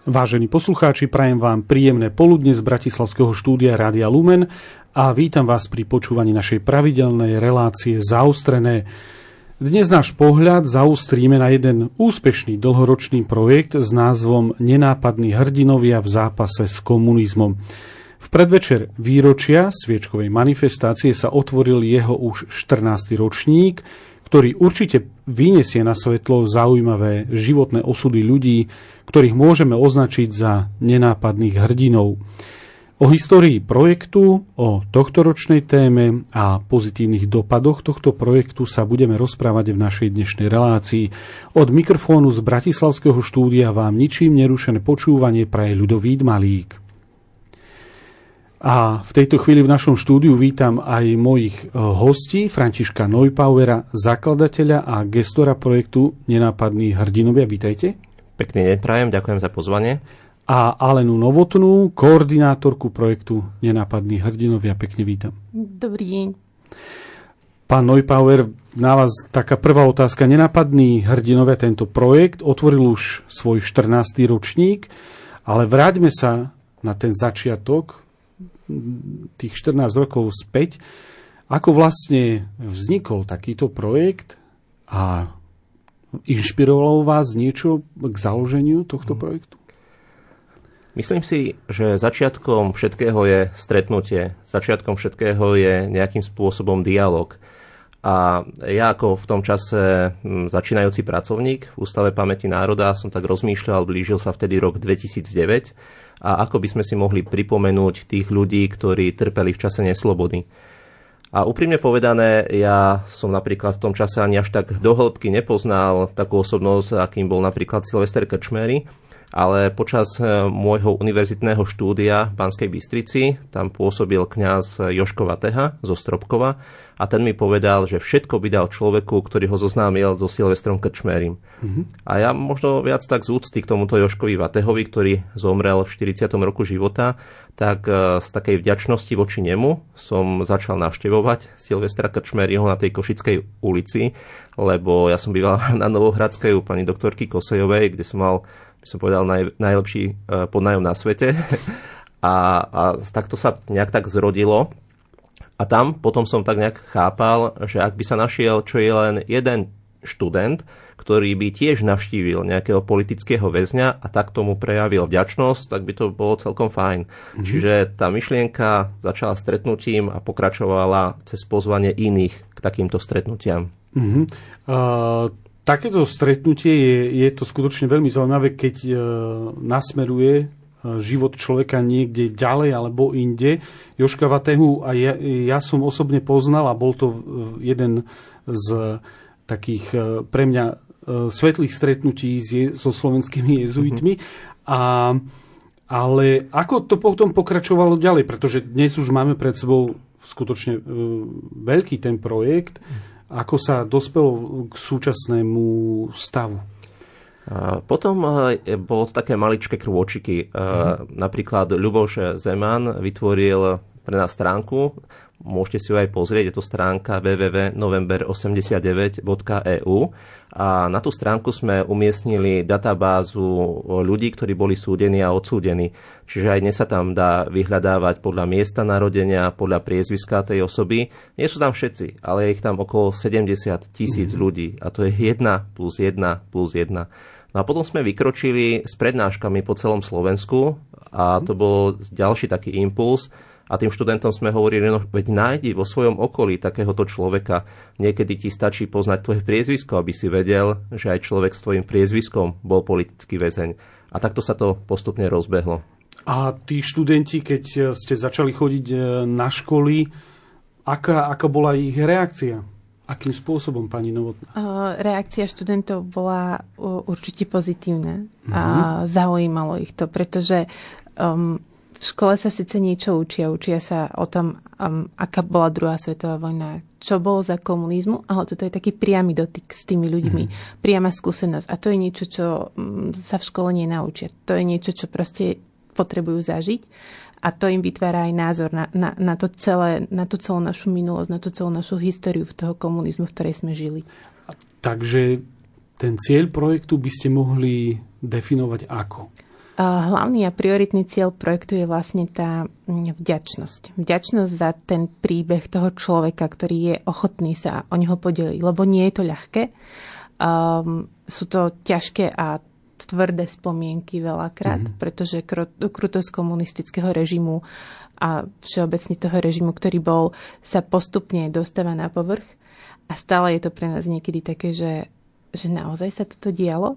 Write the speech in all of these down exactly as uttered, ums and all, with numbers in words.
Vážení poslucháči, prajem vám príjemné poludne z bratislavského štúdia Rádia Lumen a vítam vás pri počúvaní našej pravidelnej relácie Zaostrené. Dnes náš pohľad zaostríme na jeden úspešný dlhoročný projekt s názvom Nenápadní hrdinovia v zápase s komunizmom. V predvečer výročia sviečkovej manifestácie sa otvoril jeho už štrnásty ročník, ktorý určite vyniesie na svetlo zaujímavé životné osudy ľudí, ktorých môžeme označiť za nenápadných hrdinov. O histórii projektu, o tohtoročnej téme a pozitívnych dopadoch tohto projektu sa budeme rozprávať v našej dnešnej relácii. Od mikrofónu z bratislavského štúdia vám ničím nerušené počúvanie praje Ľudovít Malík. A v tejto chvíli v našom štúdiu vítam aj mojich hostí, Františka Neupauera, zakladateľa a gestora projektu Nenápadní hrdinovia. Vítajte. Pekný deň prajem, ďakujem za pozvanie. A Alenu Novotnú, koordinátorku projektu Nenápadní hrdinovia. Pekne vítam. Dobrý deň. Pán Neupauer, na vás taká prvá otázka. Nenápadní hrdinovia, tento projekt otvoril už svoj štrnásty ročník, ale vráťme sa na ten začiatok, tých štrnásť rokov späť. Ako vlastne vznikol takýto projekt a inšpirovalo vás niečo k založeniu tohto projektu? Myslím si, že začiatkom všetkého je stretnutie. Začiatkom všetkého je nejakým spôsobom dialog. A ja ako v tom čase začínajúci pracovník v Ústave pamäti národa som tak rozmýšľal, blížil sa vtedy rok dvetisícdeväť a ako by sme si mohli pripomenúť tých ľudí, ktorí trpeli v čase neslobody. A úprimne povedané, ja som napríklad v tom čase ani až tak do hĺbky nepoznal takú osobnosť, akým bol napríklad Silvester Krčméry, ale počas môjho univerzitného štúdia v Banskej Bystrici tam pôsobil kňaz Jožko Vateha zo Stropkova a ten mi povedal, že všetko by dal človeku, ktorý ho zoznámil so Silvestrom Krčmérim. Mm-hmm. A ja možno viac tak z úcty k tomuto Jožkovi Vatehovi, ktorý zomrel v štyridsiatom roku života, tak z takej vďačnosti voči nemu som začal navštevovať Silvestra Krčméryho na tej Košickej ulici, lebo ja som býval na Novohradskej u pani doktorky Kosejovej, kde som mal, by som povedal, naj, najlepší uh, podnájom na svete. A, a takto sa nejak tak zrodilo. A tam potom som tak nejak chápal, že ak by sa našiel čo je len jeden študent, ktorý by tiež navštívil nejakého politického väzňa a tak tomu prejavil vďačnosť, tak by to bolo celkom fajn. Mm-hmm. Čiže tá myšlienka začala stretnutím a pokračovala cez pozvanie iných k takýmto stretnutiam. Mm-hmm. Uh... Takéto stretnutie je, je to skutočne veľmi zaujímavé, keď e, nasmeruje e, život človeka niekde ďalej alebo inde. Jožka Vatehu a ja, ja som osobne poznal a bol to jeden z takých e, pre mňa e, svetlých stretnutí s, so slovenskými jezuitmi. Mm-hmm. A, ale ako to potom pokračovalo ďalej? Pretože dnes už máme pred sebou skutočne e, veľký ten projekt. Ako sa dospelo k súčasnému stavu? Potom bolo to také maličké krôčiky. Mm. Napríklad Ľuboš Zeman vytvoril pre nás stránku, môžete si ju aj pozrieť, je to stránka w w w bodka november osemdesiatdeväť bodka e u a na tú stránku sme umiestnili databázu ľudí, ktorí boli súdení a odsúdení. Čiže aj dnes sa tam dá vyhľadávať podľa miesta narodenia, podľa priezviska tej osoby. Nie sú tam všetci, ale je ich tam okolo sedemdesiat tisíc mm-hmm. ľudí a to je jedna plus jedna plus jedna. No a potom sme vykročili s prednáškami po celom Slovensku a to bol ďalší taký impuls. A tým študentom sme hovorili, no veď nájdi vo svojom okolí takéhoto človeka. Niekedy ti stačí poznať tvoje priezvisko, aby si vedel, že aj človek s tvojim priezviskom bol politický väzeň. A takto sa to postupne rozbehlo. A tí študenti, keď ste začali chodiť na školy, aká, aká bola ich reakcia? Akým spôsobom, pani Novotná? Reakcia študentov bola určite pozitívna. Mm-hmm. A zaujímalo ich to, pretože um, v škole sa síce niečo učia, učia sa o tom, um, aká bola druhá svetová vojna, čo bolo za komunizmu, ale toto je taký priamy dotyk s tými ľuďmi, mm. priama skúsenosť. A to je niečo, čo um, sa v škole nenaučia. To je niečo, čo proste potrebujú zažiť. A to im vytvára aj názor na, na, na, to celé, na tú celú našu minulosť, na tú celú našu históriu v toho komunizmu, v ktorej sme žili. Takže ten cieľ projektu by ste mohli definovať ako? Hlavný a prioritný cieľ projektu je vlastne tá vďačnosť. Vďačnosť za ten príbeh toho človeka, ktorý je ochotný sa o neho podeliť, lebo nie je to ľahké. Um, sú to ťažké a tvrdé spomienky veľakrát, mm-hmm. pretože krutosť komunistického režimu a všeobecne toho režimu, ktorý bol, sa postupne dostáva na povrch a stále je to pre nás niekedy také, že, že naozaj sa toto dialo.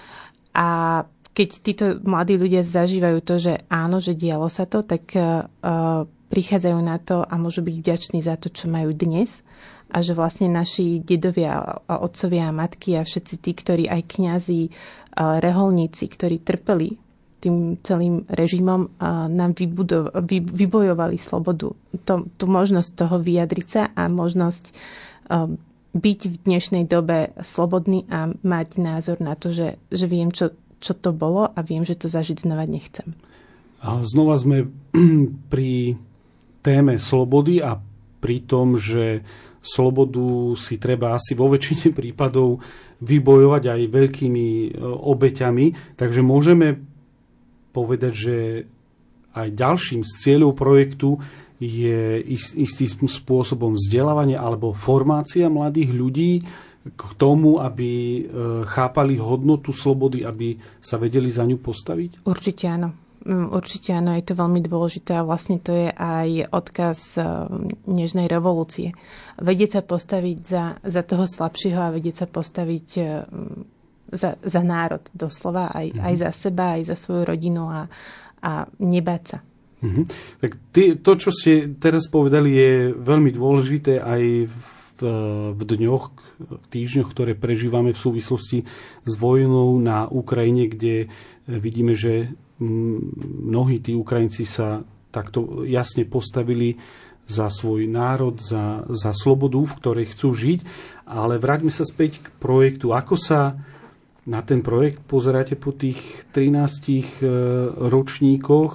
A keď títo mladí ľudia zažívajú to, že áno, že dialo sa to, tak uh, prichádzajú na to a môžu byť vďační za to, čo majú dnes. A že vlastne naši dedovia a otcovia a matky a všetci tí, ktorí aj kňazi, uh, reholníci, ktorí trpeli tým celým režimom, uh, nám vybudo- vy- vybojovali slobodu. To, tú možnosť toho vyjadriť sa a možnosť uh, byť v dnešnej dobe slobodný a mať názor na to, že, že viem, čo čo to bolo a viem, že to zažiť znova nechcem. A znova sme pri téme slobody a pri tom, že slobodu si treba asi vo väčšine prípadov vybojovať aj veľkými obeťami. Takže môžeme povedať, že aj ďalším z cieľov projektu je istým spôsobom vzdelávanie alebo formácia mladých ľudí k tomu, aby chápali hodnotu slobody, aby sa vedeli za ňu postaviť? Určite áno. Určite áno, je to veľmi dôležité a vlastne to je aj odkaz nežnej revolúcie. Vedieť sa postaviť za, za toho slabšieho a vedieť sa postaviť za, za národ doslova, aj, mm-hmm. aj za seba, aj za svoju rodinu a, a nebáť sa. Mm-hmm. Tak ty, to, čo ste teraz povedali, je veľmi dôležité aj v v dňoch, v týždňoch, ktoré prežívame v súvislosti s vojnou na Ukrajine, kde vidíme, že mnohí tí Ukrajinci sa takto jasne postavili za svoj národ, za, za slobodu, v ktorej chcú žiť. Ale vráťme sa späť k projektu. Ako sa na ten projekt pozeráte po tých trinástich ročníkoch?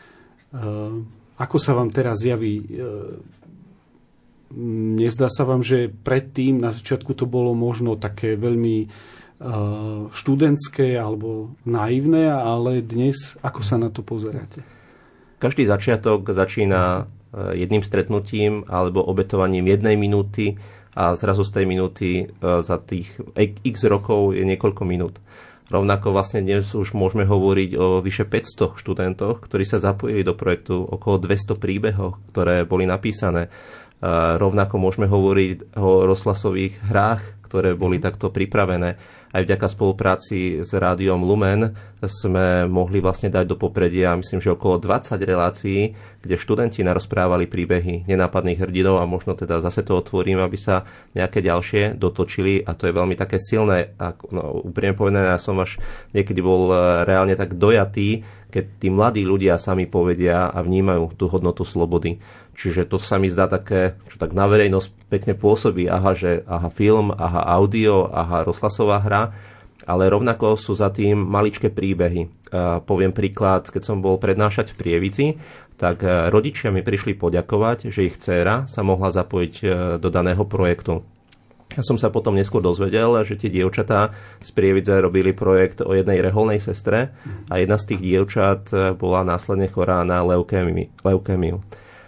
Ako sa vám teraz javí? Nezdá sa vám, že predtým na začiatku to bolo možno také veľmi uh, študentské alebo naivné, ale dnes ako sa na to pozeráte? Každý začiatok začína jedným stretnutím alebo obetovaním jednej minúty a zrazu z tej minúty uh, za tých x rokov je niekoľko minút. Rovnako vlastne dnes už môžeme hovoriť o vyše päťsto študentoch, ktorí sa zapojili do projektu, okolo dvesto príbehov, ktoré boli napísané. Rovnako môžeme hovoriť o rozhlasových hrách, ktoré boli takto pripravené. Aj vďaka spolupráci s Rádiom Lumen sme mohli vlastne dať do popredia, myslím, že okolo dvadsať relácií, kde študenti narozprávali príbehy nenápadných hrdinov a možno teda zase to otvorím, aby sa nejaké ďalšie dotočili a to je veľmi také silné. A, no, úprimne povedané, ja som až niekedy bol reálne tak dojatý, keď tí mladí ľudia sami povedia a vnímajú tú hodnotu slobody. Čiže to sa mi zdá také, čo tak na verejnosť pekne pôsobí. Aha, že aha film, aha audio, aha rozhlasová hra, ale rovnako sú za tým maličké príbehy. Uh, poviem príklad, keď som bol prednášať v Prievidzi, tak uh, rodičia mi prišli poďakovať, že ich dcéra sa mohla zapojiť uh, do daného projektu. Ja som sa potom neskôr dozvedel, že tie dievčatá z Prievidze robili projekt o jednej reholnej sestre a jedna z tých dievčat bola následne chorá na leukémiu.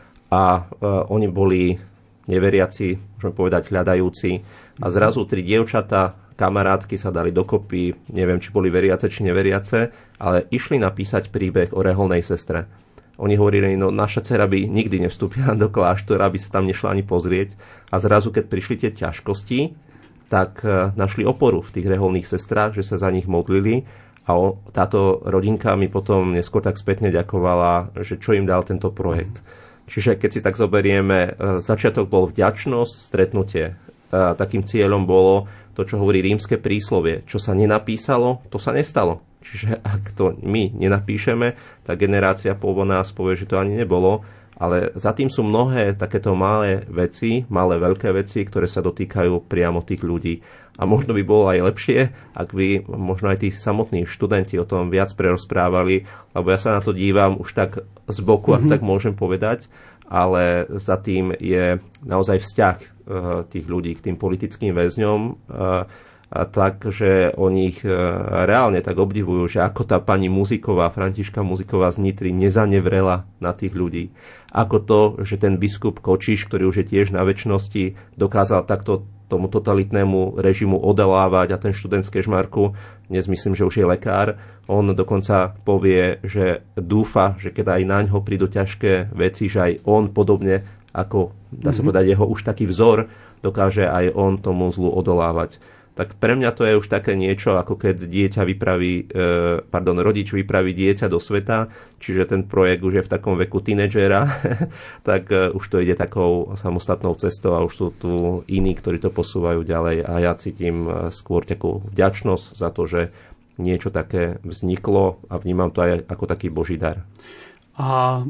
A uh, oni boli neveriaci, môžeme povedať hľadajúci. A zrazu tri dievčatá, kamarátky sa dali dokopy, neviem, či boli veriace, či neveriace, ale išli napísať príbeh o reholnej sestre. Oni hovorili, no naša dcera by nikdy nevstúpila do kláštora, aby sa tam nešla ani pozrieť. A zrazu, keď prišli tie ťažkosti, tak uh, našli oporu v tých reholných sestrách, že sa za nich modlili. A o, táto rodinka mi potom neskôr tak spätne ďakovala, že čo im dal tento projekt. Čiže keď si tak zoberieme, začiatok bol vďačnosť, stretnutie. Takým cieľom bolo to, čo hovorí rímske príslovie. Čo sa nenapísalo, to sa nestalo. Čiže ak to my nenapíšeme, tá generácia po nás povie, že to ani nebolo. Ale za tým sú mnohé takéto malé veci, malé veľké veci, ktoré sa dotýkajú priamo tých ľudí. A možno by bolo aj lepšie, ak by možno aj tí samotní študenti o tom viac prerozprávali, lebo ja sa na to dívam už tak z boku, mm-hmm. ak tak môžem povedať, ale za tým je naozaj vzťah uh, tých ľudí k tým politickým väzňom uh, a tak, že oni ich reálne tak obdivujú, že ako tá pani Muziková, Františka Muziková z Nitry nezanevrela na tých ľudí. Ako to, že ten biskup Kočiš, ktorý už je tiež na večnosti, dokázal takto tomu totalitnému režimu odolávať a ten študent z Kežmarku, dnes myslím, že už je lekár, on dokonca povie, že dúfa, že keď aj naňho prídu ťažké veci, že aj on podobne ako, dá sa povedať, jeho už taký vzor, dokáže aj on tomu zlu odolávať. Tak pre mňa to je už také niečo, ako keď dieťa vypraví, pardon, rodič vypraví dieťa do sveta, čiže ten projekt už je v takom veku tínedžera, tak už to ide takou samostatnou cestou a už sú tu iní, ktorí to posúvajú ďalej a ja cítim skôr takú vďačnosť za to, že niečo také vzniklo a vnímam to aj ako taký Boží dar. A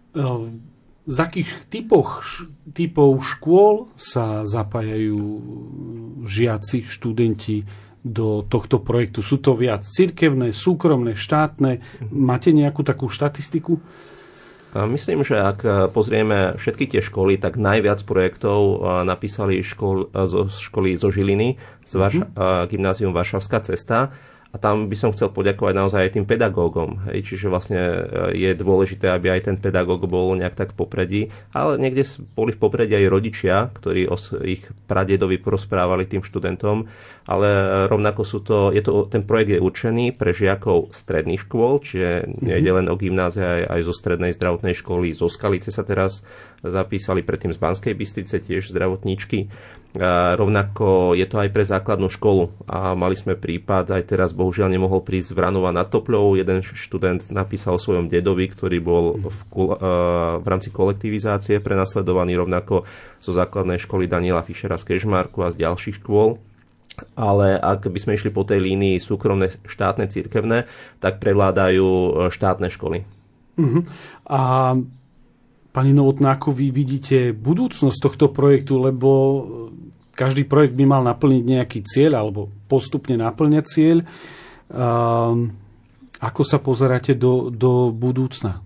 z akých typoch, typov škôl sa zapájajú žiaci, študenti do tohto projektu? Sú to viac cirkevné, súkromné, štátne? Máte nejakú takú štatistiku? Myslím, že ak pozrieme všetky tie školy, tak najviac projektov napísali škol, zo školy zo Žiliny, z Varša- mm-hmm. gymnázium Varšavská cesta. A tam by som chcel poďakovať naozaj aj tým pedagógom. Hej. Čiže vlastne je dôležité, aby aj ten pedagóg bol nejak tak v popredí. Ale niekde boli v popredí aj rodičia, ktorí o ich pradedovi porozprávali tým študentom. Ale rovnako sú to, je to, ten projekt je určený pre žiakov stredných škôl, čiže nie je len o gymnázia, aj, aj zo strednej zdravotnej školy. Zo Skalice sa teraz zapísali, predtým z Banskej Bystrice tiež zdravotníčky. A rovnako je to aj pre základnú školu a mali sme prípad, aj teraz bohužiaľ nemohol prísť z Vranova nad Topľou. Jeden študent napísal o svojom dedovi, ktorý bol v, v rámci kolektivizácie prenasledovaný, rovnako zo základnej školy Daniela Fischera z Kežmarku a z ďalších škôl. Ale ak by sme išli po tej línii súkromné, štátne, cirkevné, tak prevládajú štátne školy. Uh-huh. A pani Novotná, ako vy vidíte budúcnosť tohto projektu, lebo každý projekt by mal naplniť nejaký cieľ alebo postupne naplňať cieľ. Um, ako sa pozeráte do, do budúcna?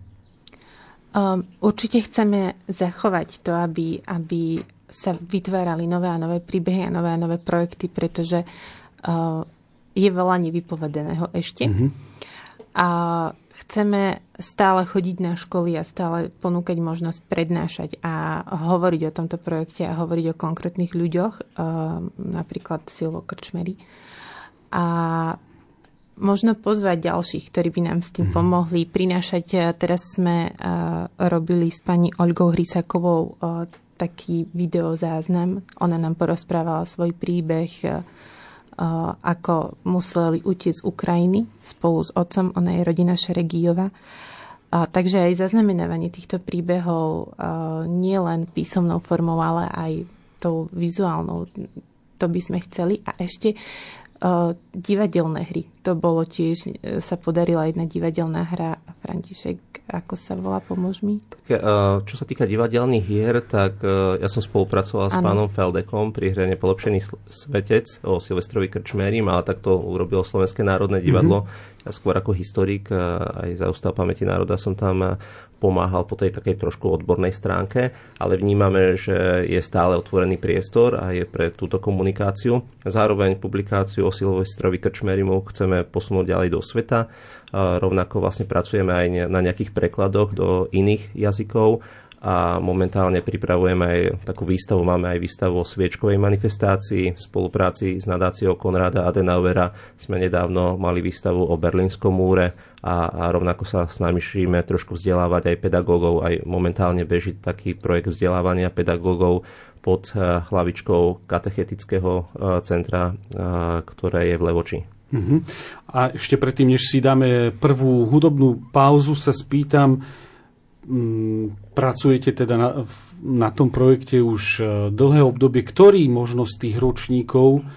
Um, určite chceme zachovať to, aby, aby sa vytvárali nové a nové príbehy a nové a nové projekty, pretože uh, je veľa nevypovedaného ešte. Mm-hmm. A chceme stále chodiť na školy a stále ponúkať možnosť prednášať a hovoriť o tomto projekte a hovoriť o konkrétnych ľuďoch, uh, napríklad Silvo Krčmery. A možno pozvať ďalších, ktorí by nám s tým pomohli. Prinášať, teraz sme uh, robili s pani Olgou Hrysakovou uh, taký videozáznam. Ona nám porozprávala svoj príbeh, uh, ako museli utiecť z Ukrajiny spolu s otcom. Ona je rodina Šeregijova. Uh, takže aj zaznamenávanie týchto príbehov uh, nie len písomnou formou, ale aj tou vizuálnou. To by sme chceli. A ešte uh, divadelné hry. To bolo tiež, uh, sa podarila jedna divadelná hra. František, ako sa volá, pomôž mi? Tak, uh, čo sa týka divadelných hier, tak uh, ja som spolupracoval ano. s pánom Feldekom pri hre Nepolepšený svetec o Silvestrovi Krčmérim, ale tak to urobilo Slovenské národné divadlo. Mm-hmm. Ja skôr ako historik, uh, aj za Ústav pamäti národa som tam uh, pomáhal po tej takej trošku odbornej stránke, ale vnímame, že je stále otvorený priestor a je pre túto komunikáciu. Zároveň publikáciu o Silvestrovi Krčmérimu chceme posunúť ďalej do sveta. A rovnako vlastne pracujeme aj na nejakých prekladoch do iných jazykov a momentálne pripravujeme aj takú výstavu, máme aj výstavu o sviečkovej manifestácii v spolupráci s nadáciou Konráda Adenauera. Sme nedávno mali výstavu o Berlínskom múre a, a rovnako sa snažíme trošku vzdelávať aj pedagógov. Aj momentálne beží taký projekt vzdelávania pedagógov pod hlavičkou katechetického centra, ktoré je v Levoči. Uh-huh. A ešte predtým, než si dáme prvú hudobnú pauzu, sa spýtam, m, pracujete teda na, na tom projekte už dlhé obdobie, ktorý možno z tých ročníkov uh,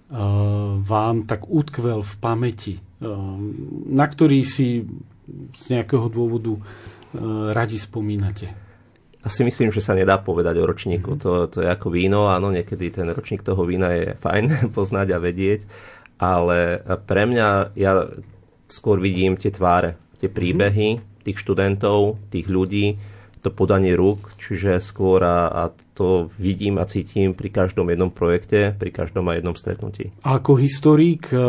vám tak utkvel v pamäti, uh, na ktorý si z nejakého dôvodu uh, radi spomínate? Asi myslím, že sa nedá povedať o ročníku. Uh-huh. To, to je ako víno, áno, niekedy ten ročník toho vína je fajn poznať a vedieť. Ale pre mňa, ja skôr vidím tie tváre, tie príbehy tých študentov, tých ľudí, to podanie rúk, čiže skôr a, a to vidím a cítim pri každom jednom projekte, pri každom a jednom stretnutí. A ako historik e,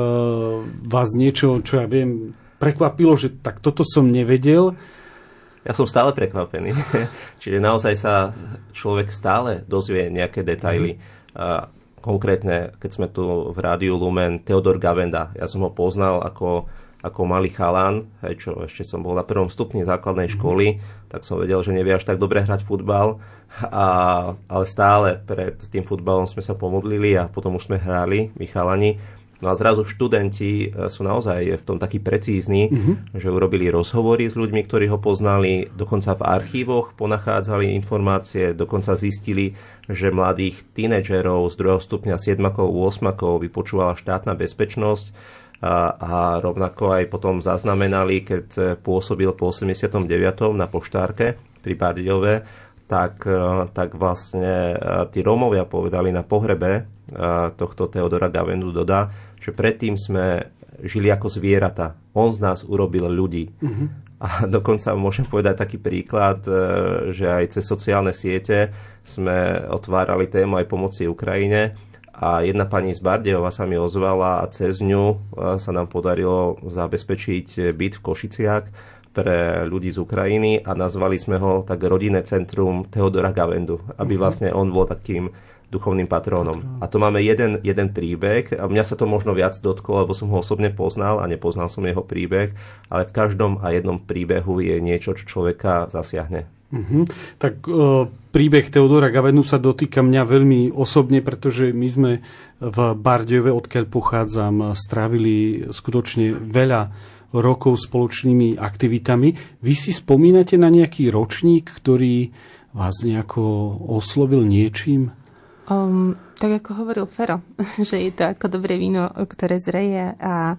vás niečo, čo ja viem, prekvapilo, že tak toto som nevedel? Ja som stále prekvapený. Čiže naozaj sa človek stále dozvie nejaké detaily. A konkrétne, keď sme tu v Rádiu Lumen, Teodor Gavenda, ja som ho poznal ako ako malý chalan, hej, čo ešte som bol na prvom stupni základnej školy, tak som vedel, že nevie až tak dobre hrať futbal, a, ale stále pred tým futbalom sme sa pomodlili a potom už sme hrali, my chalani. No a zrazu študenti sú naozaj v tom takí precízni, mm-hmm. že urobili rozhovory s ľuďmi, ktorí ho poznali, dokonca v archívoch ponachádzali informácie, dokonca zistili, že mladých tínedžerov z druhého stupňa, siedmakov, ôsmakov vypočúvala štátna bezpečnosť, A, a rovnako aj potom zaznamenali, keď pôsobil po osemdesiatom deviatom na poštárke pri Bardejove, tak, tak vlastne tí Rómovia povedali na pohrebe tohto Teodora Gavendu Doda, že predtým sme žili ako zvieratá. On z nás urobil ľudí. Mm-hmm. A dokonca môžem povedať taký príklad, že aj cez sociálne siete sme otvárali tému aj pomoci Ukrajine. A jedna pani z Bardejova sa mi ozvala a cez ňu sa nám podarilo zabezpečiť byt v Košiciach pre ľudí z Ukrajiny a nazvali sme ho tak rodinné centrum Teodora Gavendu, aby vlastne on bol takým duchovným patrónom. A to máme jeden, jeden príbeh a mňa sa to možno viac dotklo, lebo som ho osobne poznal a nepoznal som jeho príbeh, ale v každom a jednom príbehu je niečo, čo človeka zasiahne. Uh-huh. Tak e, príbeh Teodora Gavendu sa dotýka mňa veľmi osobne, pretože my sme v Bardejove, odkiaľ pochádzam, strávili skutočne veľa rokov spoločnými aktivitami. Vy si spomínate na nejaký ročník, ktorý vás nejako oslovil niečím? Um, tak ako hovoril Fero, že je to ako dobré víno, ktoré zreje a,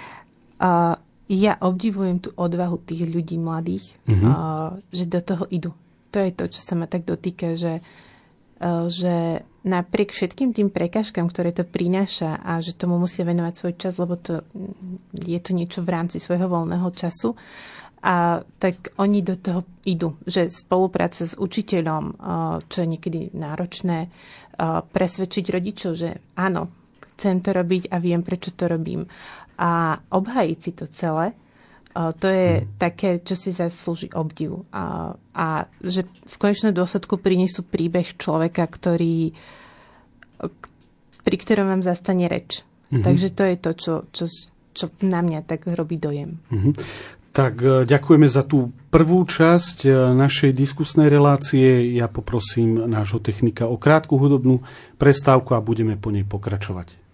a ja obdivujem tú odvahu tých ľudí mladých, uh-huh. uh, že do toho idú. To je to, čo sa ma tak dotýka, že, uh, že napriek všetkým tým prekážkam, ktoré to prináša a že tomu musia venovať svoj čas, lebo to, je to niečo v rámci svojho voľného času, a tak oni do toho idú. Že spolupráca s učiteľom, uh, čo je niekedy náročné, uh, presvedčiť rodičov, že áno, chcem to robiť a viem, prečo to robím. A obhájiť si to celé, to je hmm. také, čo si zaslúži obdiv. A, a že v konečnom dôsledku prinesú príbeh človeka, ktorý, pri ktorom vám zastane reč. Hmm. Takže to je to, čo, čo, čo na mňa tak robí dojem. Hmm. Tak ďakujeme za tú prvú časť našej diskusnej relácie. Ja poprosím nášho technika o krátku hudobnú prestávku a budeme po nej pokračovať.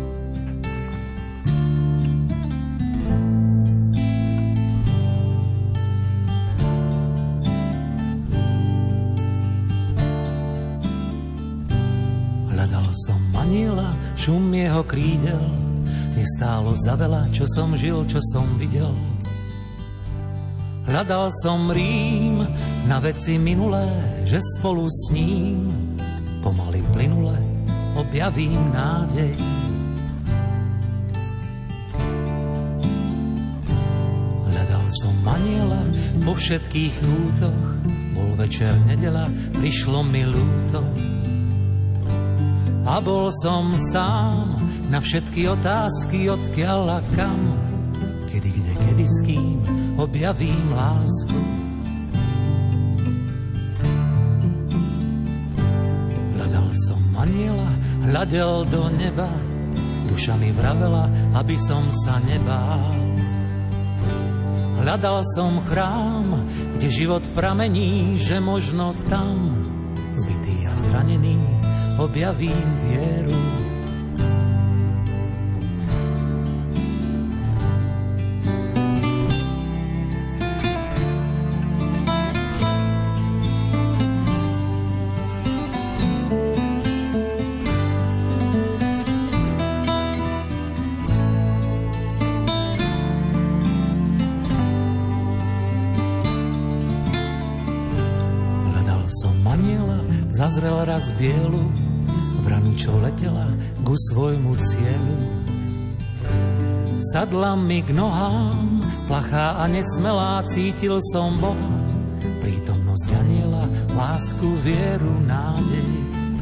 Som maniela, šum jeho krídel, nestálo za veľa, čo som žil, čo som videl. Hľadal som Rím na veci minulé, že spolu s ním pomaly plynule objavím nádej. Hľadal som maniela po všetkých kútoch, bol večer nedeľa, prišlo mi ľúto. A bol som sám na všetky otázky, odkiaľ a kam, kedy, kde, kedy, s kým objavím lásku. Hľadal som aniela, hľadel do neba, duša mi vravela, aby som sa nebál. Hľadal som chrám, kde život pramení, že možno tam, zbitý a zranený, objavím vieru. Hľadal som aniela, zazrel raz bielu, vranu, čo letela ku svojmu cieľu. Sadla mi k nohám, plachá a nesmelá, cítil som Boha, prítomnosť prítomnosť aniela, lásku, vieru, nádej.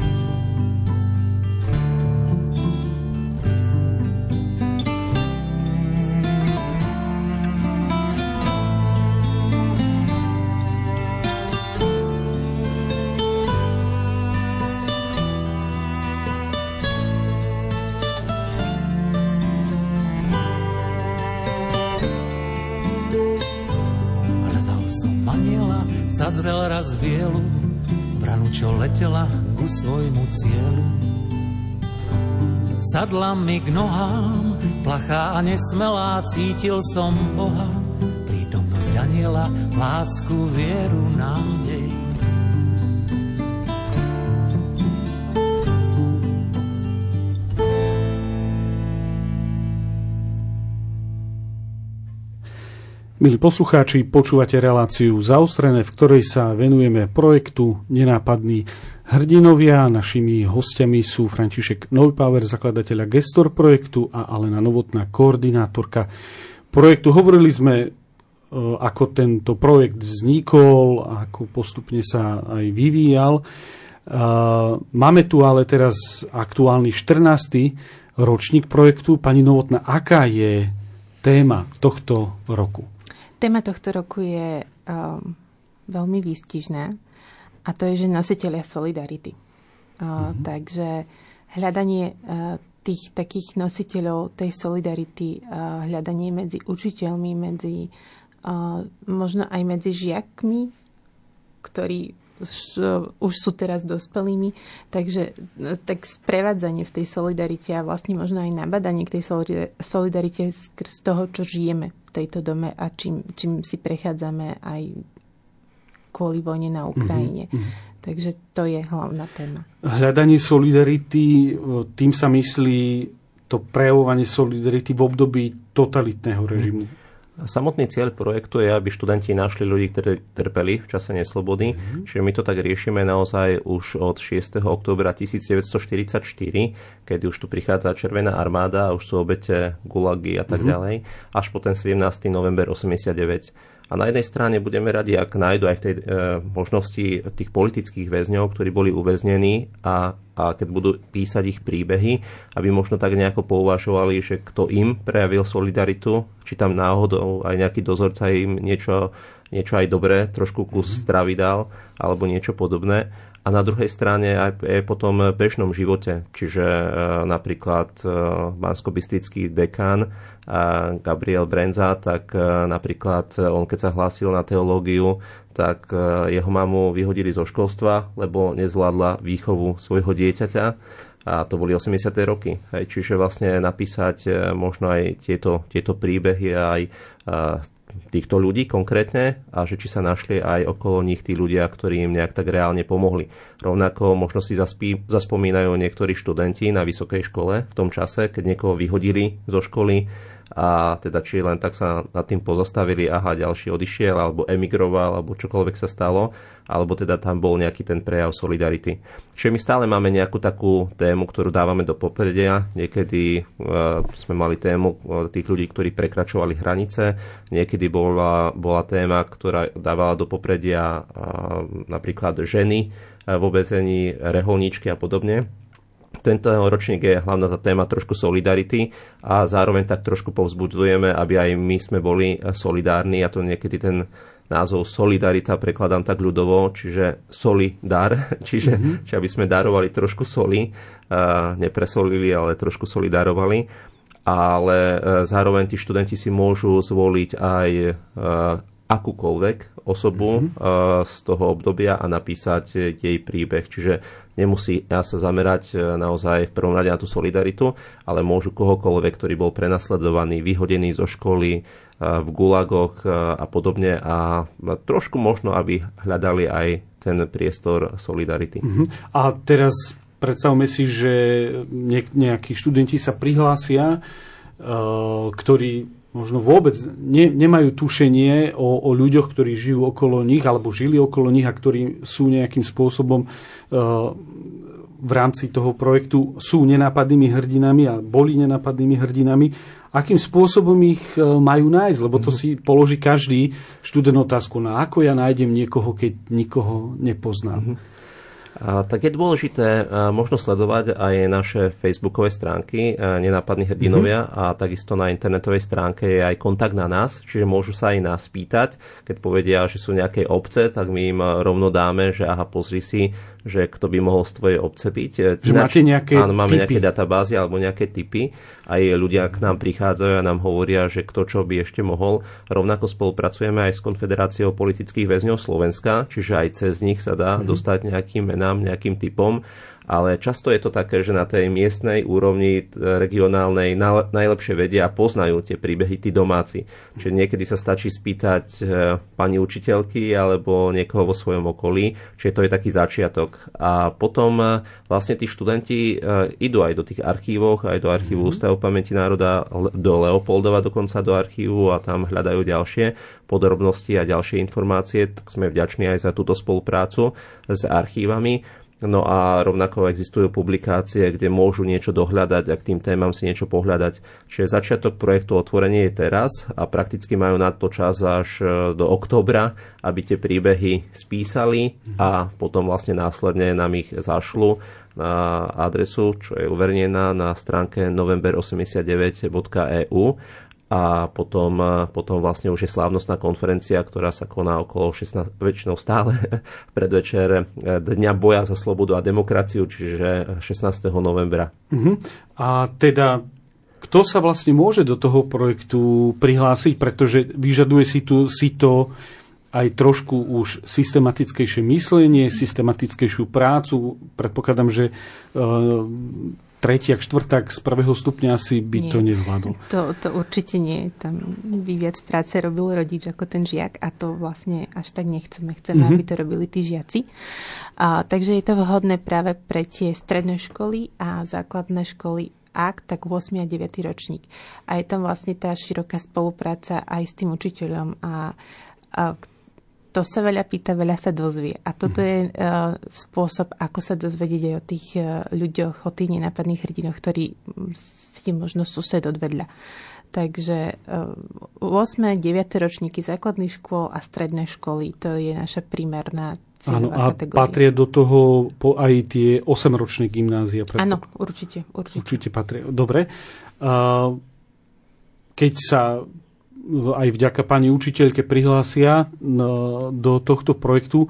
Zazrel raz bielu vranu, čo letela ku svojmu cieľu. Sadla mi k nohám, plachá a nesmelá, cítil som Boha, prítomnosť aniela, lásku, vieru, nádej. Milí poslucháči, počúvate reláciu Zaostrené, v ktorej sa venujeme projektu Nenápadní hrdinovia. Našimi hostiami sú František Neubauer, zakladateľ a gestor projektu, a Alena Novotná, koordinátorka projektu. Hovorili sme, ako tento projekt vznikol, ako postupne sa aj vyvíjal. Máme tu ale teraz aktuálny štrnásty ročník projektu. Pani Novotná, aká je téma tohto roku? Téma tohto roku je um, veľmi výstižná, a to je, že nositelia solidarity. Uh, mm-hmm. Takže hľadanie uh, tých takých nositeľov tej solidarity, uh, hľadanie medzi učiteľmi, medzi, uh, možno aj medzi žiakmi, ktorí už, uh, už sú teraz dospelými. Takže uh, tak sprevádzanie v tej solidarite a vlastne možno aj nabadanie k tej solidarite skrz toho, čo žijeme v tejto dome a čím, čím si prechádzame aj kvôli vojne na Ukrajine. Mm-hmm. Takže to je hlavná téma. Hľadanie solidarity, tým sa myslí to prejavovanie solidarity v období totalitného režimu. Samotný cieľ projektu je, aby študenti našli ľudí, ktorí trpeli v čase neslobody. Mm-hmm. Čiže my to tak riešime naozaj už od šiesteho októbra devätnásťstoštyridsaťštyri, kedy už tu prichádza Červená armáda a už sú obete gulagy a tak mm-hmm. ďalej, až po ten sedemnásteho november osemdesiatdeväť. A na jednej strane budeme radi, ak nájdu aj v tej e, možnosti tých politických väzňov, ktorí boli uväznení, a, a keď budú písať ich príbehy, aby možno tak nejako pouvažovali, že kto im prejavil solidaritu, či tam náhodou aj nejaký dozorca im niečo, niečo aj dobré, trošku kus stravy dal, alebo niečo podobné. A na druhej strane aj, aj potom v bežnom živote. Čiže e, napríklad e, banskobystrický dekán e, Gabriel Brenza, tak e, napríklad on, keď sa hlásil na teológiu, tak e, jeho mamu vyhodili zo školstva, lebo nezvládla výchovu svojho dieťaťa. A to boli osemdesiate roky. Hej. Čiže vlastne napísať e, možno aj tieto, tieto príbehy aj e, týchto ľudí konkrétne, a že či sa našli aj okolo nich tí ľudia, ktorí im nejak tak reálne pomohli. Rovnako možno si zaspí, zaspomínajú niektorí študenti na vysokej škole v tom čase, keď niekoho vyhodili zo školy, a teda či len tak sa nad tým pozastavili, aha, ďalší odišiel, alebo emigroval, alebo čokoľvek sa stalo, alebo teda tam bol nejaký ten prejav solidarity. Čiže my stále máme nejakú takú tému, ktorú dávame do popredia. Niekedy uh, sme mali tému uh, tých ľudí, ktorí prekračovali hranice, niekedy bola, bola téma, ktorá dávala do popredia uh, napríklad ženy uh, vo väzení, reholníčky a podobne. Tento ročník je hlavná tá téma trošku solidarity, a zároveň tak trošku povzbudzujeme, aby aj my sme boli solidárni. Ja to niekedy ten názov solidarita prekladám tak ľudovo, čiže solidar, čiže mm-hmm. či aby sme darovali trošku soli, nepresolili, ale trošku soli darovali. Ale zároveň tí študenti si môžu zvoliť aj akúkoľvek osobu mm-hmm. z toho obdobia a napísať jej príbeh. Čiže nemusí ja sa zamerať naozaj v prvom rade na tú solidaritu, ale môžu kohokoľvek, ktorý bol prenasledovaný, vyhodený zo školy, v gulagoch a podobne, a trošku možno, aby hľadali aj ten priestor solidarity. Mm-hmm. A teraz predstavme si, že nejakí študenti sa prihlásia, ktorí možno vôbec ne, nemajú tušenie o, o ľuďoch, ktorí žijú okolo nich alebo žili okolo nich a ktorí sú nejakým spôsobom uh, v rámci toho projektu sú nenápadnými hrdinami a boli nenápadnými hrdinami. Akým spôsobom ich majú nájsť? Lebo to si položí každý študent otázku, na ako ja nájdem niekoho, keď nikoho nepoznám. Mm-hmm. A, tak je dôležité a, možno sledovať aj naše facebookové stránky a, Nenápadní hrdinovia mm-hmm. a takisto na internetovej stránke je aj kontakt na nás, čiže môžu sa aj nás pýtať. Keď povedia, že sú nejaké obce, tak my im rovno dáme, že aha, pozri si, že kto by mohol z tvojej obce byť. Že máte nejaké áno, máme typy. nejaké databázy alebo nejaké typy. Aj ľudia k nám prichádzajú a nám hovoria, že kto čo by ešte mohol. Rovnako spolupracujeme aj s Konfederáciou politických väzňov Slovenska, čiže aj cez nich sa dá mm-hmm. dostať nejakým menám, nejakým typom. Ale často je to také, že na tej miestnej úrovni regionálnej najlepšie vedia a poznajú tie príbehy tí domáci. Čiže niekedy sa stačí spýtať pani učiteľky alebo niekoho vo svojom okolí, čiže to je taký začiatok. A potom vlastne tí študenti idú aj do tých archívov, aj do archívu Ústavu pamäti národa, do Leopoldova dokonca do archívu a tam hľadajú ďalšie podrobnosti a ďalšie informácie. Tak sme vďační aj za túto spoluprácu s archívami. No a rovnako existujú publikácie, kde môžu niečo dohľadať a k tým témam si niečo pohľadať. Čiže začiatok projektu Otvorenie je teraz a prakticky majú na to čas až do októbra, aby tie príbehy spísali a potom vlastne následne nám ich zašlu na adresu, čo je uverejnená na stránke november osemdesiatdeväť bodka e u. A potom, potom vlastne už je slávnostná konferencia, ktorá sa koná okolo šestnástej, väčšinou stále predvečer Dňa boja za slobodu a demokraciu, čiže šestnásteho novembra. Uh-huh. A teda, kto sa vlastne môže do toho projektu prihlásiť, pretože vyžaduje si, tu, si to aj trošku už systematickejšie myslenie, systematickejšiu prácu. Predpokladám, že uh, tretiak, štvrták z prvého stupňa asi by nie, to nezvládol. To, to určite nie. Tam by viac práce robil rodič ako ten žiak a to vlastne až tak nechceme. Chceme, mm-hmm. aby to robili tí žiaci. A, takže je to vhodné práve pre tie stredné školy a základné školy, ak tak ôsmy a deviaty ročník. A je tam vlastne tá široká spolupráca aj s tým učiteľom a, a to sa veľa pýta, veľa sa dozvie. A toto je uh, spôsob, ako sa dozvedieť aj o tých uh, ľuďoch, o tých nenápadných hrdinoch, ktorí si možno sused odvedľa. Takže uh, ôsme a deviate ročníky základných škôl a stredné školy, to je naša primárna cieľová kategória. A patria do toho po aj tie osemročné gymnázia? Áno, určite, určite. Určite patria. Dobre. Uh, keď sa aj vďaka pani učiteľke prihlásia do tohto projektu,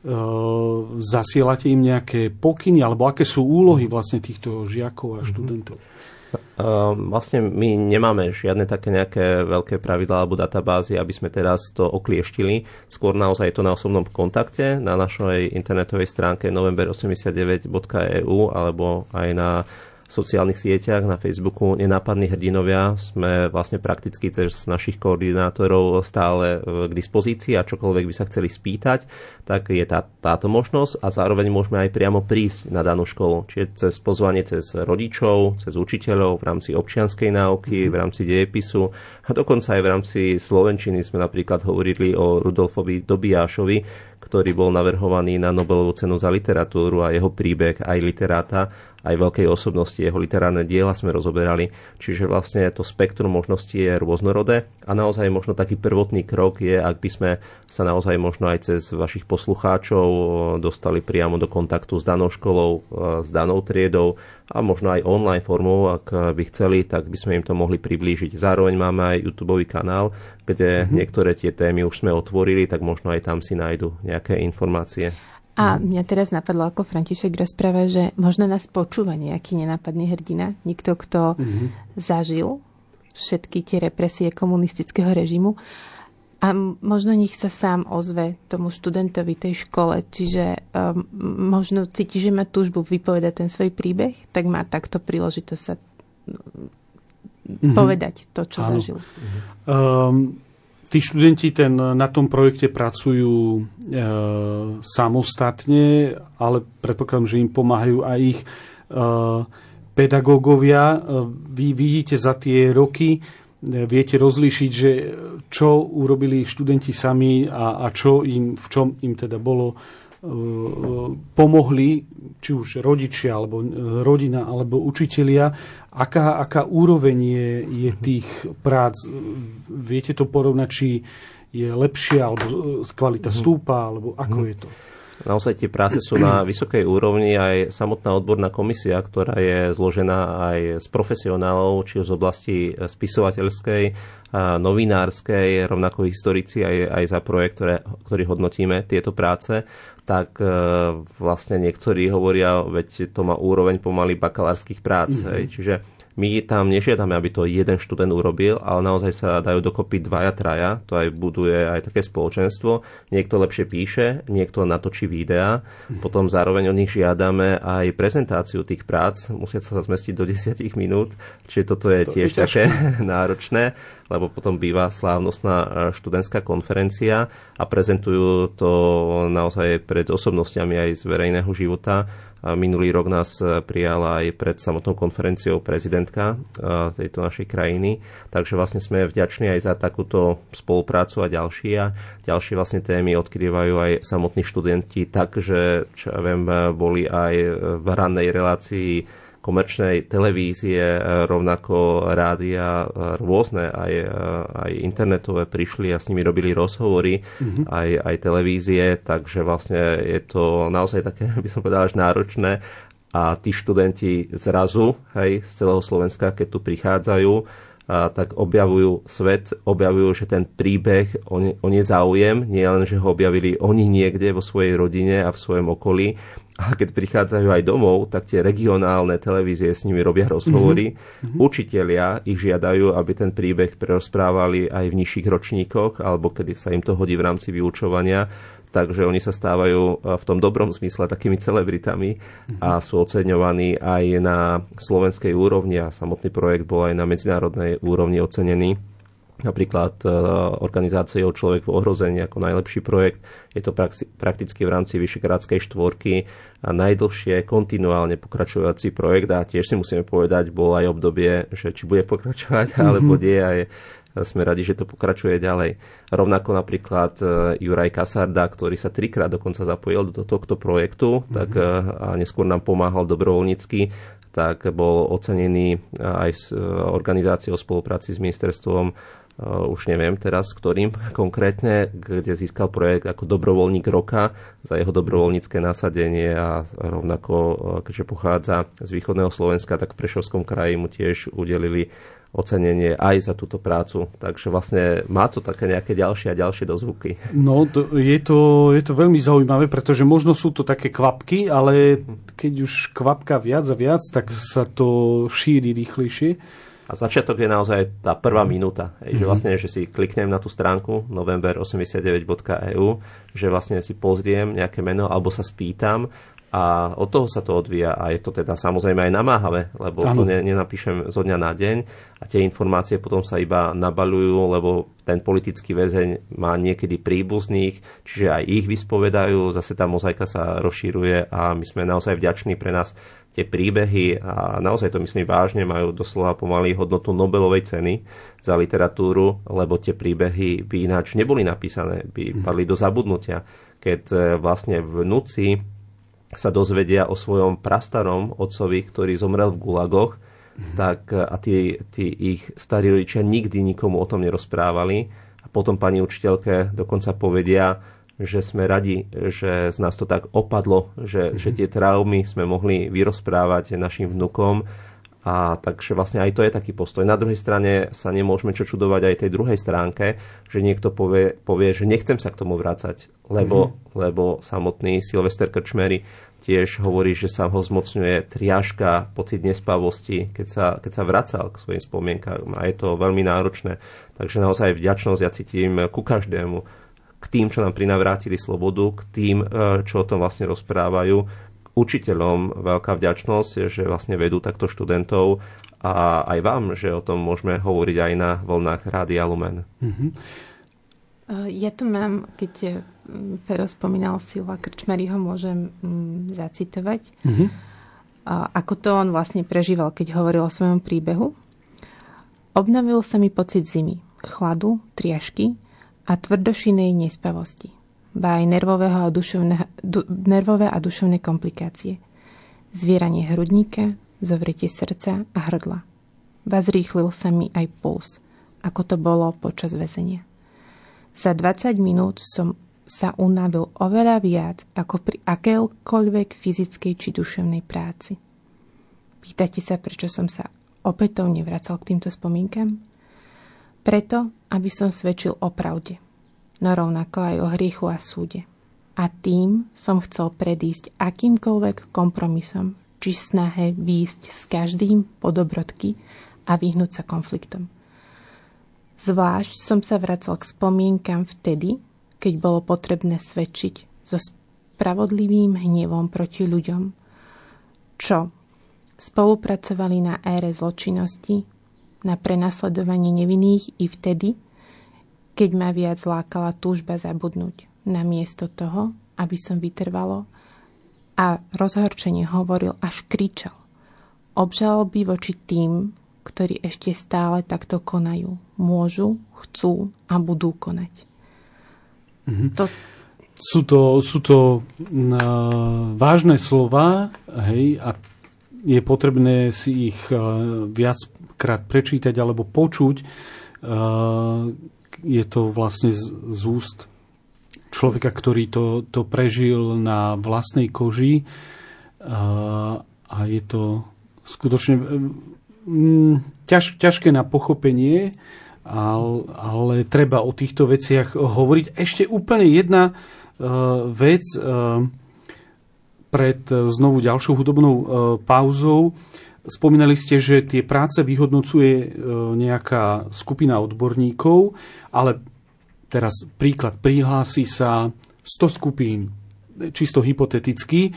zasielate im nejaké pokyny, alebo aké sú úlohy vlastne týchto žiakov a študentov? Vlastne my nemáme žiadne také nejaké veľké pravidlá alebo databázy, aby sme teraz to oklieštili. Skôr naozaj je to na osobnom kontakte na našej internetovej stránke november osemdesiatdeväť bodka e u alebo aj na sociálnych sieťach, na Facebooku Nenápadní hrdinovia. Sme vlastne prakticky cez našich koordinátorov stále k dispozícii a čokoľvek by sa chceli spýtať, tak je tá, táto možnosť a zároveň môžeme aj priamo prísť na danú školu. Čiže cez pozvanie cez rodičov, cez učiteľov v rámci občianskej náuky, v rámci dejepisu a dokonca aj v rámci slovenčiny sme napríklad hovorili o Rudolfovi Dobijášovi, ktorý bol navrhovaný na Nobelovú cenu za literatúru a jeho príbeh aj literáta, aj veľkej osobnosti, jeho literárne diela sme rozoberali. Čiže vlastne to spektrum možností je rôznorodé a naozaj možno taký prvotný krok je, ak by sme sa naozaj možno aj cez vašich poslucháčov dostali priamo do kontaktu s danou školou, s danou triedou a možno aj online formou, ak by chceli, tak by sme im to mohli priblížiť. Zároveň máme aj YouTubeový kanál, kde mm-hmm. niektoré tie témy už sme otvorili, tak možno aj tam si nájdu nejaké informácie. A mňa teraz napadlo, ako František rozpráva, že možno nás počúva nejaký nenápadný hrdina, niekto, kto mm-hmm. zažil všetky tie represie komunistického režimu a možno nech sa sám ozve tomu študentovi tej škole, čiže um, možno cíti, že má túžbu vypovedať ten svoj príbeh, tak má takto príležitosť sa mm-hmm. povedať to, čo Áno. zažil. Um, Tí študenti ten, na tom projekte pracujú e, samostatne, ale predpokladám, že im pomáhajú aj ich e, pedagógovia. Vy vidíte za tie roky, e, viete rozlíšiť, že čo urobili študenti sami a, a čo im, v čom im teda bolo pomohli, či už rodičia, alebo rodina, alebo učitelia. Aká, aká úroveň je, je tých prác? Viete to porovnať, či je lepšia, alebo kvalita stúpa, alebo ako je to? Naozaj tie práce sú na vysokej úrovni, aj samotná odborná komisia, ktorá je zložená aj z profesionálov, či z oblasti spisovateľskej, novinárskej, rovnako historici, aj, aj za projekt, ktoré, ktorý hodnotíme tieto práce, tak vlastne niektorí hovoria, veď to má úroveň pomaly bakalárskych prác. Mm-hmm. Hej. Čiže my tam nežiadame, aby to jeden študent urobil, ale naozaj sa dajú dokopy dvaja, traja. To aj buduje aj také spoločenstvo. Niekto lepšie píše, niekto natočí videá. Potom zároveň od nich žiadame aj prezentáciu tých prác. Musia sa zmestiť do desať minút. Čiže toto je to tiež je také náročné, lebo potom býva slávnostná študentská konferencia a prezentujú to naozaj pred osobnostiami aj z verejného života. Minulý rok nás prijala aj pred samotnou konferenciou prezidentka tejto našej krajiny, takže vlastne sme vďační aj za takúto spoluprácu a ďalšie. A ďalšie vlastne témy odkrývajú aj samotní študenti, takže čo ja viem, boli aj v rannej relácii komerčnej televízie, rovnako rádia rôzne, aj, aj internetové prišli a s nimi robili rozhovory, mm-hmm. aj, aj televízie, takže vlastne je to naozaj také, by som povedal, až náročné a tí študenti zrazu, hej, z celého Slovenska, keď tu prichádzajú, a tak objavujú svet, objavujú, že ten príbeh o ne, o ne záujem, nie len, že ho objavili oni niekde vo svojej rodine a v svojom okolí, a keď prichádzajú aj domov, tak tie regionálne televízie s nimi robia rozhovory. Mm-hmm. Učitelia ich žiadajú, aby ten príbeh prerozprávali aj v nižších ročníkoch, alebo kedy sa im to hodí v rámci vyučovania. Takže oni sa stávajú v tom dobrom zmysle takými celebritami mm-hmm. a sú oceňovaní aj na slovenskej úrovni a samotný projekt bol aj na medzinárodnej úrovni ocenený. Napríklad organizáciou Človek v ohrození ako najlepší projekt. Je to prakticky v rámci Vyšegrádskej štvorky a najdlhšie kontinuálne pokračujúci projekt a tiež si musíme povedať, bol aj obdobie, že či bude pokračovať, mm-hmm. alebo nie a je, sme radi, že to pokračuje ďalej. Rovnako napríklad Juraj Kasarda, ktorý sa trikrát dokonca zapojil do tohto projektu, mm-hmm. tak a neskôr nám pomáhal dobrovoľnícky, tak bol ocenený aj s organizáciou v spolupráci s ministerstvom, už neviem teraz, ktorým konkrétne, kde získal projekt ako dobrovoľník roka za jeho dobrovoľnícke nasadenie a rovnako, keďže pochádza z východného Slovenska, tak v Prešovskom kraji mu tiež udelili ocenenie aj za túto prácu. Takže vlastne má to také nejaké ďalšie a ďalšie dozvuky. No, to, je, to, je to veľmi zaujímavé, pretože možno sú to také kvapky, ale keď už kvapka viac a viac, tak sa to šíri rýchlejšie. A začiatok je naozaj tá prvá minúta. Mm-hmm. Že vlastne, že si kliknem na tú stránku november osemdesiatdeväť bodka e u, že vlastne si pozriem nejaké meno alebo sa spýtam a od toho sa to odvíja a je to teda samozrejme aj namáhavé, lebo ano. To ne, nenapíšem zo dňa na deň a tie informácie potom sa iba nabaľujú, lebo ten politický väzeň má niekedy príbuzných, čiže aj ich vyspovedajú, zase tá mozaika sa rozšíruje a my sme naozaj vďační. Pre nás tie príbehy, a naozaj to myslím vážne, majú doslova pomaly hodnotu Nobelovej ceny za literatúru, lebo tie príbehy by ináč neboli napísané, by padli do zabudnutia. Keď vlastne vnúci sa dozvedia o svojom prastarom otcovi, ktorý zomrel v gulagoch, mm-hmm. tak a tí, tí ich starí rodičia nikdy nikomu o tom nerozprávali. A potom pani učiteľke dokonca povedia, že sme radi, že z nás to tak opadlo, že, mm-hmm. že tie traumy sme mohli vyrozprávať našim vnukom. A takže vlastne aj to je taký postoj. Na druhej strane sa nemôžeme čo čudovať aj tej druhej stránke, že niekto povie, povie že nechcem sa k tomu vrácať, lebo, mm-hmm. lebo samotný Silvester Krčmery tiež hovorí, že sa ho zmocňuje triažka, pocit nespavosti, keď sa, keď sa vracal k svojim spomienkám. A je to veľmi náročné. Takže naozaj vďačnosť ja cítim ku každému, k tým, čo nám prinavrátili slobodu, k tým, čo o tom vlastne rozprávajú, učiteľom veľká vďačnosť, že vlastne vedú takto študentov a aj vám, že o tom môžeme hovoriť aj na vlnách Rádia Lumen. Mm-hmm. Ja tu mám, keď Fero spomínal Silva Krčmeryho, môžem mm, zacitovať. Mm-hmm. Ako to on vlastne prežíval, keď hovoril o svojom príbehu. Obnovil sa mi pocit zimy, chladu, triažky a tvrdošinej nespavosti. ba aj nervového a duševné, du, nervové a duševné komplikácie. Zvieranie hrudníka, zovretie srdca a hrdla. Ba zrýchlil sa mi aj puls, ako to bolo počas väzenia. Za dvadsať minút som sa unavil oveľa viac ako pri akékoľvek fyzickej či duševnej práci. Pýtate sa, prečo som sa opätovne vracal k týmto spomienkam? Preto, aby som svedčil o pravde, no rovnako aj o hriechu a súde. A tým som chcel predísť akýmkoľvek kompromisom, či snahe výjsť s každým po dobrodky a vyhnúť sa konfliktom. Zvlášť som sa vracal k spomienkam vtedy, keď bolo potrebné svedčiť so spravodlivým hnevom proti ľuďom, čo spolupracovali na ére zločinnosti, na prenasledovanie nevinných i vtedy, keď ma viac lákala túžba zabudnúť, namiesto toho, aby som vytrvalo a rozhorčene hovoril, až kričal. Obžaloby voči tým, ktorí ešte stále takto konajú. Môžu, chcú a budú konať. Mhm. To... Sú to, sú to uh, vážne slova, hej, a je potrebné si ich uh, viac krát prečítať alebo počuť. Je to vlastne z, z úst človeka, ktorý to, to prežil na vlastnej koži a je to skutočne ťaž, ťažké na pochopenie, ale, ale treba o týchto veciach hovoriť. Ešte úplne jedna vec pred znovu ďalšou hudobnou pauzou. Spomínali ste, že tie práce vyhodnocuje nejaká skupina odborníkov, ale teraz príklad, prihlási sa sto skupín, čisto hypoteticky.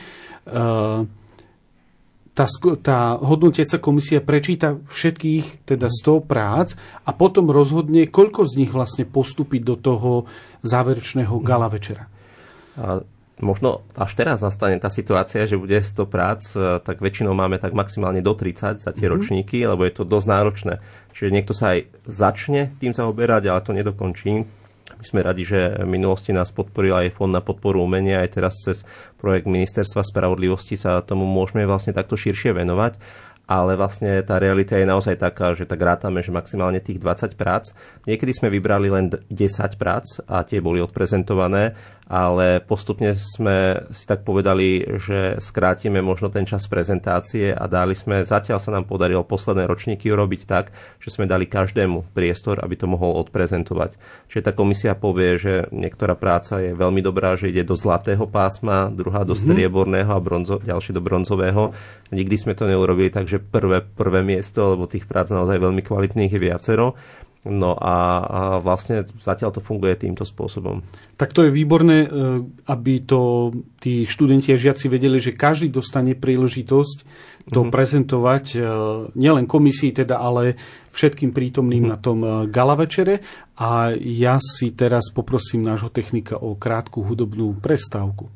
Tá, tá hodnotiaca komisia prečíta všetkých, teda sto prác a potom rozhodne, koľko z nich vlastne postúpiť do toho záverečného gala večera. A možno až teraz nastane tá situácia, že bude sto prác, tak väčšinou máme tak maximálne do tridsať za tie mm-hmm. ročníky, lebo je to dosť náročné. Čiže niekto sa aj začne tým zaoberať, ale to nedokončí. My sme radi, že v minulosti nás podporil aj Fond na podporu umenia, aj teraz cez projekt Ministerstva spravodlivosti sa tomu môžeme vlastne takto širšie venovať. Ale vlastne tá realita je naozaj taká, že tak rátame, že maximálne tých dvadsať prác. Niekedy sme vybrali len desať prác a tie boli odprezentované, ale postupne sme si tak povedali, že skrátime možno ten čas prezentácie a dali sme, zatiaľ sa nám podarilo posledné ročníky urobiť tak, že sme dali každému priestor, aby to mohol odprezentovať. Čiže tá komisia povie, že niektorá práca je veľmi dobrá, že ide do zlatého pásma, druhá do mm-hmm. strieborného a bronzo, ďalšie do bronzového. Nikdy sme to neurobili tak, že prvé, prvé miesto, lebo tých prác naozaj veľmi kvalitných je viacero. No a, a vlastne zatiaľ to funguje týmto spôsobom. Tak to je výborné, aby to tí študenti a žiaci vedeli, že každý dostane príležitosť to mm-hmm. prezentovať nielen komisii, teda, ale všetkým prítomným mm-hmm. na tom gala večere. A ja si teraz poprosím nášho technika o krátku hudobnú prestávku.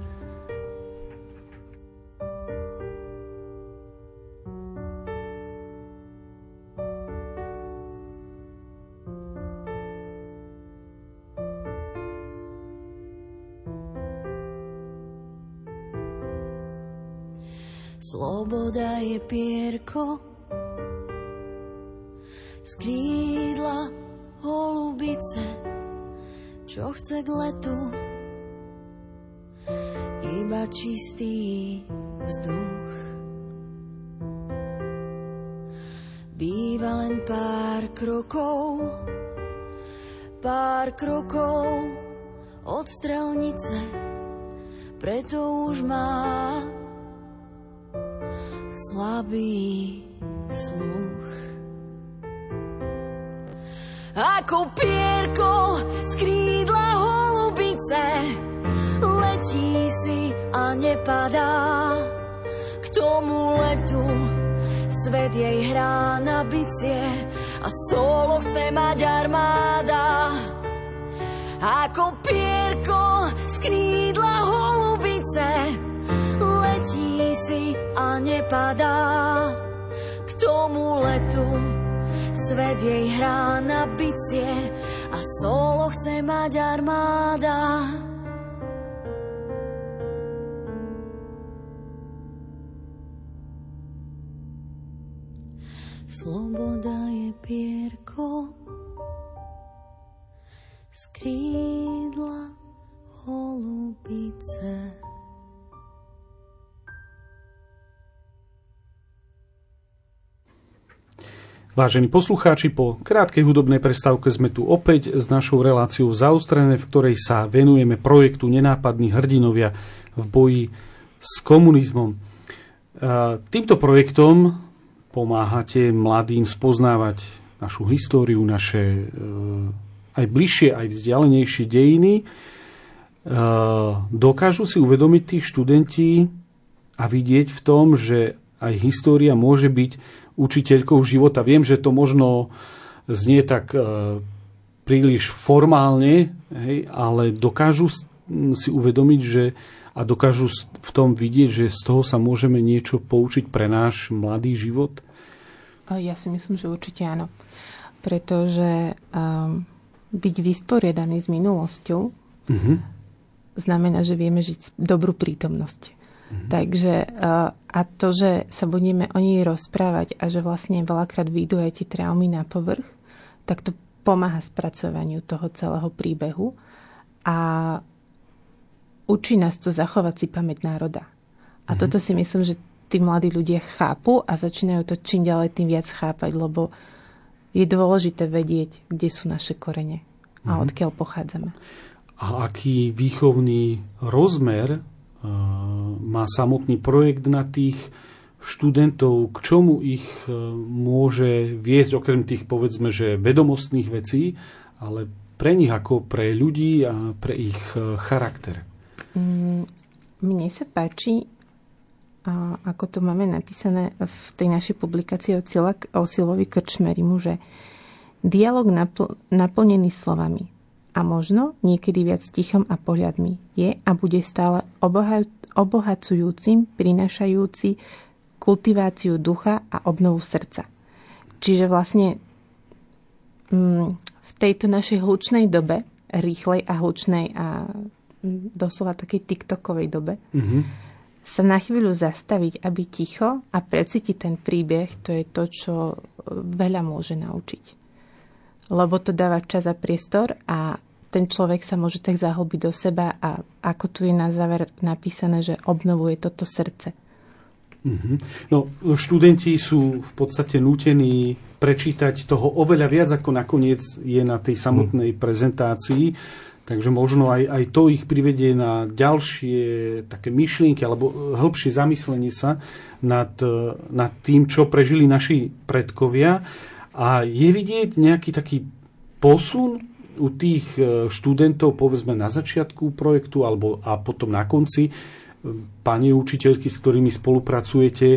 Sloboda je pierko z krídla holubice, čo chce k letu iba čistý vzduch. Býva len pár krokov, pár krokov od strelnice, preto už má slabý sluch. Ako pierko z krídla holubice letí si a nepadá. K tomu letu svet jej hrá na bicie a solo chce mať armáda. Ako pierko z krídla holubice letí si a nepadá. K tomu letu svet jej hrá na bicie a solo chce mať armáda. sloboda je pierko z krídla holubice. Vážení poslucháči, po krátkej hudobnej prestávke sme tu opäť s našou reláciou Zaostrené, v ktorej sa venujeme projektu Nenápadní hrdinovia v boji s komunizmom. Týmto projektom pomáhate mladým spoznávať našu históriu, naše aj bližšie, aj vzdialenejšie dejiny. Dokážu si uvedomiť tí študenti a vidieť v tom, že aj história môže byť učiteľkou života. Viem, že to možno znie tak e, príliš formálne, hej, ale dokážu si uvedomiť, že a dokážu v tom vidieť, že z toho sa môžeme niečo poučiť pre náš mladý život? Ja si myslím, že určite áno. Pretože um, byť vysporiadaný s minulosťou uh-huh. znamená, že vieme žiť dobrú prítomnosť. Mm-hmm. Takže a to, že sa budeme o nej rozprávať a že vlastne veľakrát vyjdú aj tie traumy na povrch, tak to pomáha spracovaniu toho celého príbehu a učí nás to zachovať si pamäť národa. A mm-hmm. toto si myslím, že tí mladí ľudia chápu a začínajú to čím ďalej tým viac chápať, lebo je dôležité vedieť, kde sú naše korene a mm-hmm. odkiaľ pochádzame. A aký výchovný rozmer má samotný projekt na tých študentov, k čomu ich môže viesť, okrem tých, povedzme, že vedomostných vecí, ale pre nich ako pre ľudí a pre ich charakter? Mne sa páči, ako to máme napísané v tej našej publikácii o Silovi Krčmerimu, že dialog napl- naplnený slovami a možno niekedy viac tichom a pohľadmi je a bude stále oboha- obohacujúcim, prinášajúci kultiváciu ducha a obnovu srdca. Čiže vlastne mm, v tejto našej hlučnej dobe, rýchlej a hlučnej a doslova takej tiktokovej dobe, mm-hmm. sa na chvíľu zastaviť, aby ticho a precítiť ten príbeh, to je to, čo veľa môže naučiť. Lebo to dáva čas a priestor a ten človek sa môže tak zahlbiť do seba a ako tu je na záver napísané, že obnovuje toto srdce. Mm-hmm. No, študenti sú v podstate nútení prečítať toho oveľa viac, ako nakoniec je na tej samotnej mm. prezentácii. Takže možno aj, aj to ich privedie na ďalšie také myšlienky alebo hĺbšie zamyslenie sa nad, nad tým, čo prežili naši predkovia. A je vidieť nejaký taký posun u tých študentov, povedzme na začiatku projektu alebo a potom na konci. Pani učiteľky, s ktorými spolupracujete,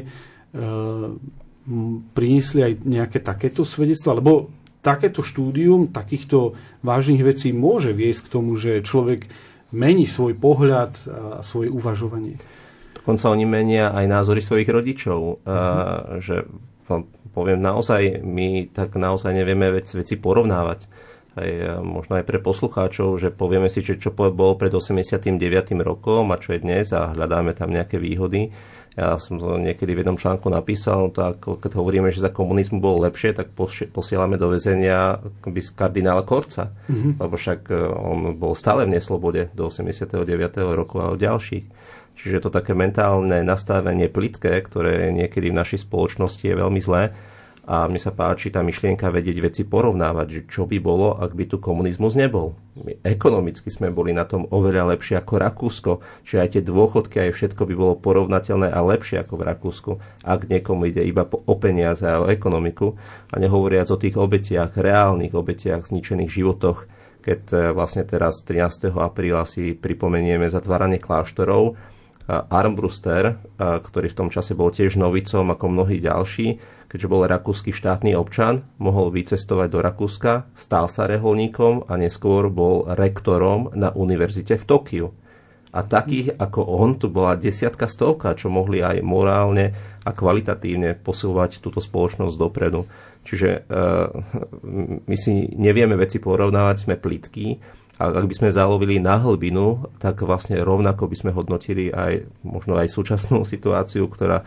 priniesli aj nejaké takéto svedectva? Lebo takéto štúdium takýchto vážnych vecí môže viesť k tomu, že človek mení svoj pohľad a svoje uvažovanie. Dokonca oni menia aj názory svojich rodičov. Mhm. Uh, že poviem naozaj, my tak naozaj nevieme veci, veci porovnávať. Aj, možno aj pre poslucháčov, že povieme si, že čo bolo pred osemdesiatym deviatym rokom a čo je dnes a hľadáme tam nejaké výhody. Ja som to niekedy v jednom článku napísal, tak keď hovoríme, že za komunizmu bolo lepšie, tak posielame do väzenia kardinála Korca. Mm-hmm. Lebo však on bol stále v neslobode do osemdesiateho deviateho roku a od ďalších. Čiže to také mentálne nastavenie plitké, ktoré niekedy v našej spoločnosti je veľmi zlé. A mne sa páči tá myšlienka vedieť veci porovnávať, že čo by bolo, ak by tu komunizmus nebol. My ekonomicky sme boli na tom oveľa lepšie ako Rakúsko, čiže aj tie dôchodky, aj všetko by bolo porovnateľné a lepšie ako v Rakúsku, ak niekomu ide iba o peniaze a o ekonomiku. A nehovoriac o tých obetiach, reálnych obetiach, zničených životoch, keď vlastne teraz trinásteho apríla si pripomenieme zatváranie kláštorov. Armbruster, ktorý v tom čase bol tiež novicom ako mnohí ďalší, keďže bol rakúsky štátny občan, mohol vycestovať do Rakúska, stal sa reholníkom a neskôr bol rektorom na univerzite v Tokiu. A takých ako on tu bola desiatka, stovka, čo mohli aj morálne a kvalitatívne posúvať túto spoločnosť dopredu. Čiže uh, my si nevieme veci porovnávať, sme plytkí. A ak by sme zalovili na hlbinu, tak vlastne rovnako by sme hodnotili aj možno aj súčasnú situáciu, ktorá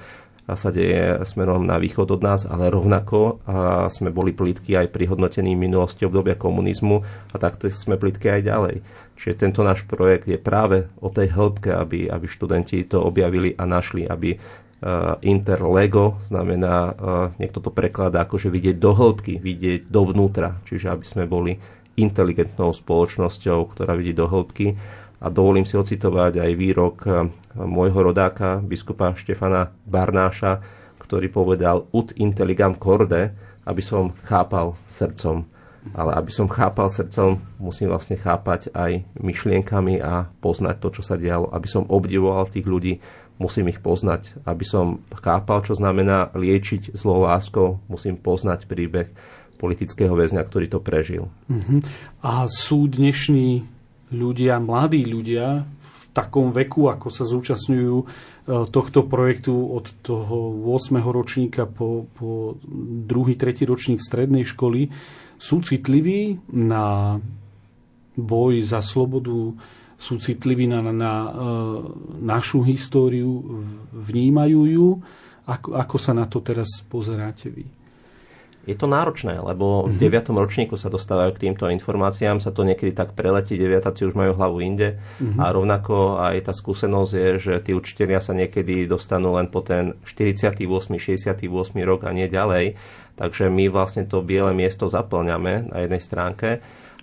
sa deje smerom na východ od nás, ale rovnako a sme boli plitky aj pri hodnotení minulosti obdobia komunizmu a takto sme plitky aj ďalej. Čiže tento náš projekt je práve o tej hĺbke, aby, aby študenti to objavili a našli, aby uh, interlego, znamená, uh, niekto to prekladá akože vidieť do hĺbky, vidieť dovnútra, čiže aby sme boli inteligentnou spoločnosťou, ktorá vidí do hĺbky. A dovolím si ocitovať aj výrok uh, môjho rodáka, biskupa Štefana Barnáša, ktorý povedal ut intelligam corde, aby som chápal srdcom. Ale aby som chápal srdcom, musím vlastne chápať aj myšlienkami a poznať to, čo sa dialo. Aby som obdivoval tých ľudí, musím ich poznať. Aby som chápal, čo znamená liečiť zlou láskou, musím poznať príbeh politického väzňa, ktorý to prežil. Uh-huh. A sú dnešní ľudia, mladí ľudia v takom veku, ako sa zúčastňujú tohto projektu od toho ôsmeho ročníka po, po druhý, tretí ročník strednej školy, sú citliví na boj za slobodu, sú citliví na, na, na našu históriu, vnímajú ju. Ako, ako sa na to teraz pozeráte vy? Je to náročné, lebo v deviatom ročníku sa dostávajú k týmto informáciám, sa to niekedy tak preletí, deviatáci už majú hlavu inde uh-huh. a rovnako aj tá skúsenosť je, že tí učitelia sa niekedy dostanú len po ten štyridsiaty ôsmy šesťdesiaty ôsmy rok a nie ďalej. Takže my vlastne to biele miesto zaplňame na jednej stránke,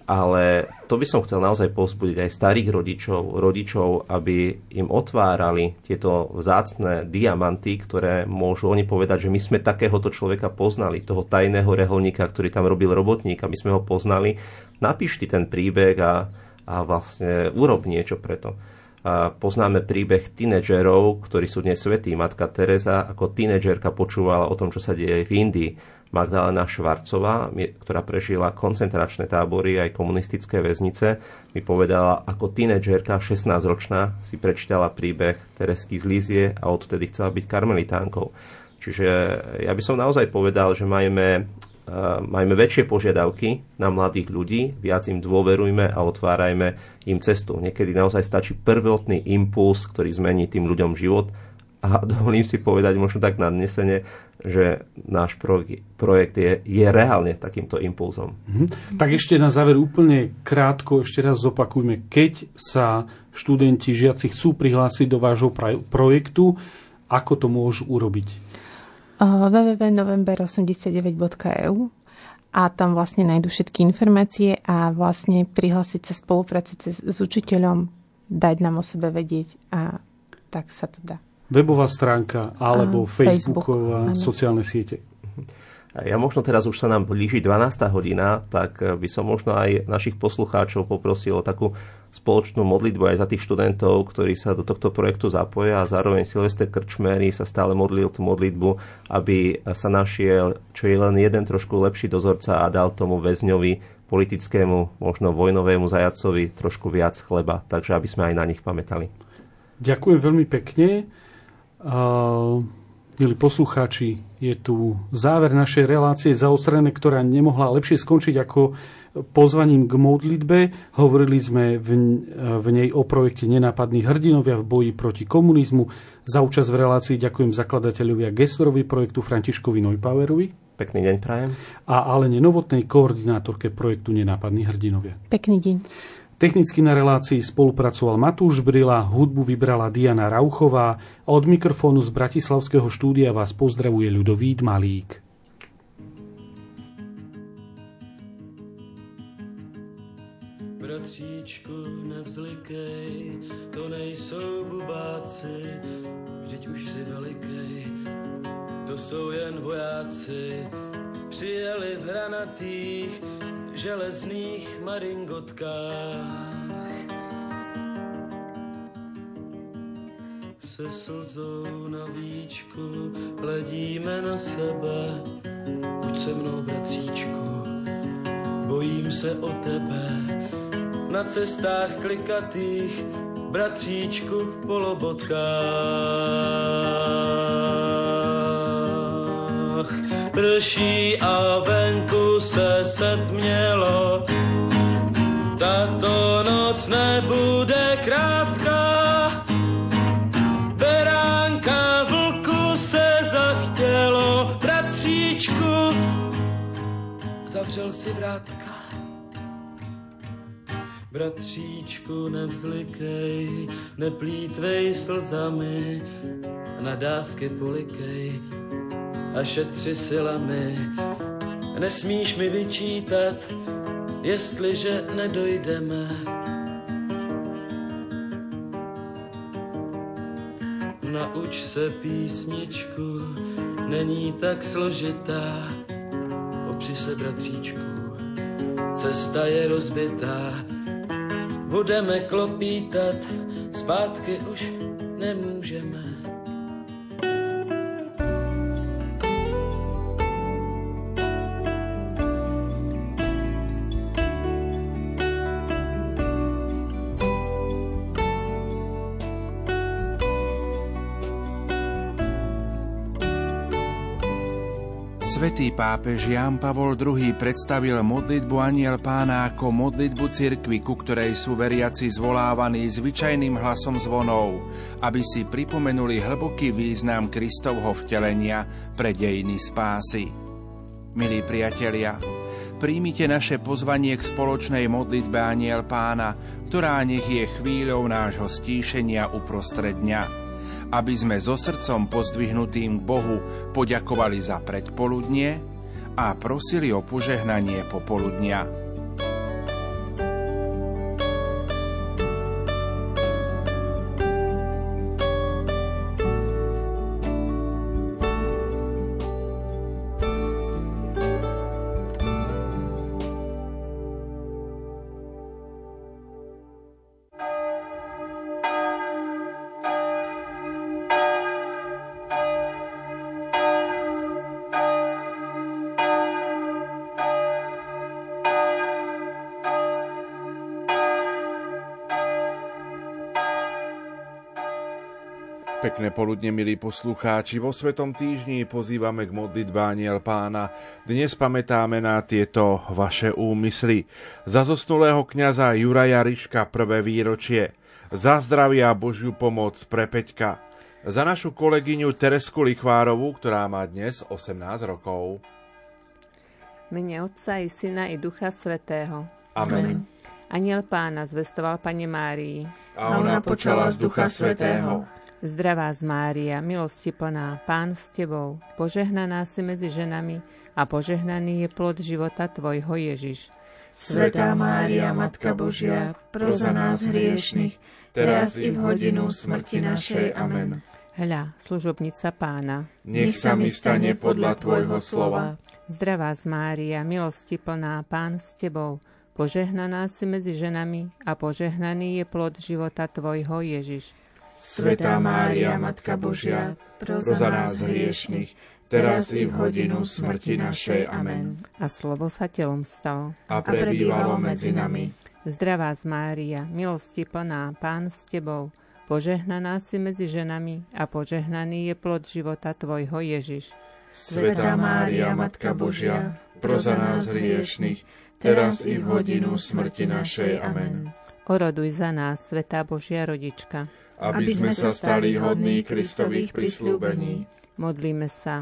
ale to by som chcel naozaj povzbudiť aj starých rodičov, rodičov, aby im otvárali tieto vzácne diamanty, ktoré môžu oni povedať, že my sme takéhoto človeka poznali, toho tajného reholníka, ktorý tam robil robotníka, my sme ho poznali. Napíš ty ten príbeh a, a vlastne urob niečo preto. A poznáme príbeh tínedžerov, ktorí sú dnes svätí. Matka Teresa ako tínedžerka počúvala o tom, čo sa deje v Indii. Magdalena Švarcová, ktorá prežila koncentračné tábory aj komunistické väznice, mi povedala, ako tínedžerka šestnásťročná si prečítala príbeh Teresky z Lízie a odtedy chcela byť karmelitánkou. Čiže ja by som naozaj povedal, že majme, uh, majme väčšie požiadavky na mladých ľudí, viac im dôverujme a otvárajme im cestu. Niekedy naozaj stačí prvotný impuls, ktorý zmení tým ľuďom život. A dovolím si povedať možno tak nadnesene, že náš projekt je, je reálne takýmto impulzom. Mhm. Tak ešte na záver úplne krátko, ešte raz zopakujme, keď sa študenti, žiaci chcú prihlásiť do vášho projektu, ako to môžu urobiť? w w w bodka november osemdesiatdeväť bodka e u a tam vlastne nájdu všetky informácie a vlastne prihlásiť sa, spolupracovať s učiteľom, dať nám o sebe vedieť a tak sa to dá. Webová stránka alebo Facebooková, Facebook, sociálne siete. Ja možno teraz už sa nám blíži dvanásta hodina, tak by som možno aj našich poslucháčov poprosil o takú spoločnú modlitbu aj za tých študentov, ktorí sa do tohto projektu zapoja a zároveň Silvester Krčméry sa stále modlil tú modlitbu, aby sa našiel, čo je len jeden trošku lepší dozorca a dal tomu väzňovi politickému, možno vojnovému zajacovi trošku viac chleba, takže aby sme aj na nich pamätali. Ďakujem veľmi pekne. Uh, milí poslucháči, je tu záver našej relácie Zaostrené, ktorá nemohla lepšie skončiť ako pozvaním k modlitbe. Hovorili sme v, v nej o projekte Nenápadní hrdinovia v boji proti komunizmu. Za účasť v relácii ďakujem zakladateľovi a gestorovi projektu Františkovi Neupauerovi. Pekný deň prajem. A Alene Novotnej, koordinátorke projektu Nenápadní hrdinovia. Pekný deň. Technicky na relácii spolupracoval Matúš Brila, hudbu vybrala Diana Rauchová a od mikrofónu z bratislavského štúdia vás pozdravuje Ľudovít Malík. Bratříčku, nevzlikej, to nejsou bubáci, vždyť už si velikej, to jsou jen vojáci, přijeli v hranatých, železných maringotkách. Se slzou na víčku hledíme na sebe, buď se mnou, bratříčku, bojím se o tebe. Na cestách klikatých, bratříčku v polobotkách. Prší a venku se setmělo, tato noc nebude krátká. Beránka vlku se za zavřel si vrátka. Bratříčku, nevzlikej, neplýtvej slzami, nadávky polikej a šetři silami. Nesmíš mi vyčítat, jestliže nedojdeme. Nauč se písničku, není tak složitá. Opři se, bratříčku, cesta je rozbitá. Budeme klopítat, zpátky už nemůžeme. Svätý pápež Ján Pavol druhý. predstavil modlitbu Anjel Pána ako modlitbu cirkvi, ku ktorej sú veriaci zvolávaní zvyčajným hlasom zvonov, aby si pripomenuli hlboký význam Kristovho vtelenia pre dejiny spásy. Milí priatelia, príjmite naše pozvanie k spoločnej modlitbe Anjel Pána, ktorá nech je chvíľou nášho stíšenia uprostred dňa, aby sme so srdcom pozdvihnutým k Bohu poďakovali za predpoludnie a prosili o požehnanie popoludnia. Pekné poludne, milí poslucháči. Vo Svetom týždni pozývame k modlitbe Anjel Pána. Dnes pamätáme na tieto vaše úmysly. Za zosnulého kňaza Juraja Ryška prvé výročie. Za zdravia a Božiu pomoc pre Peťka. Za našu kolegyňu Teresku Lichvárovú, ktorá má dnes osemnásť rokov. Mene Otca i Syna i Ducha Svätého. Amen. Anjel Pána zvestoval Panne Márii. A ona počala z Ducha Svätého. Zdravá z Mária, milosti plná, Pán s Tebou, požehnaná si medzi ženami a požehnaný je plod života Tvojho Ježiš. Svätá Mária, Matka Božia, pros za nás hriešnych, teraz i v hodinu smrti našej. Amen. Hľa, služobnica Pána, nech sa mi stane podľa Tvojho slova. Zdravá z Mária, milosti plná, Pán s Tebou, požehnaná si medzi ženami a požehnaný je plod života Tvojho Ježiš. Svätá Mária, Matka Božia, pros za nás hriešnych, teraz i v hodinu smrti našej. Amen. A slovo sa telom stalo a prebývalo medzi nami. Zdravá z Mária, milosti plná, Pán s Tebou, požehnaná si medzi ženami a požehnaný je plod života Tvojho Ježiš. Svätá Mária, Matka Božia, pros za nás hriešnych, teraz i v hodinu smrti našej. Amen. Oroduj za nás, Svätá Božia Rodička, aby sme sa stali hodní Kristových prisľúbení. Modlíme sa.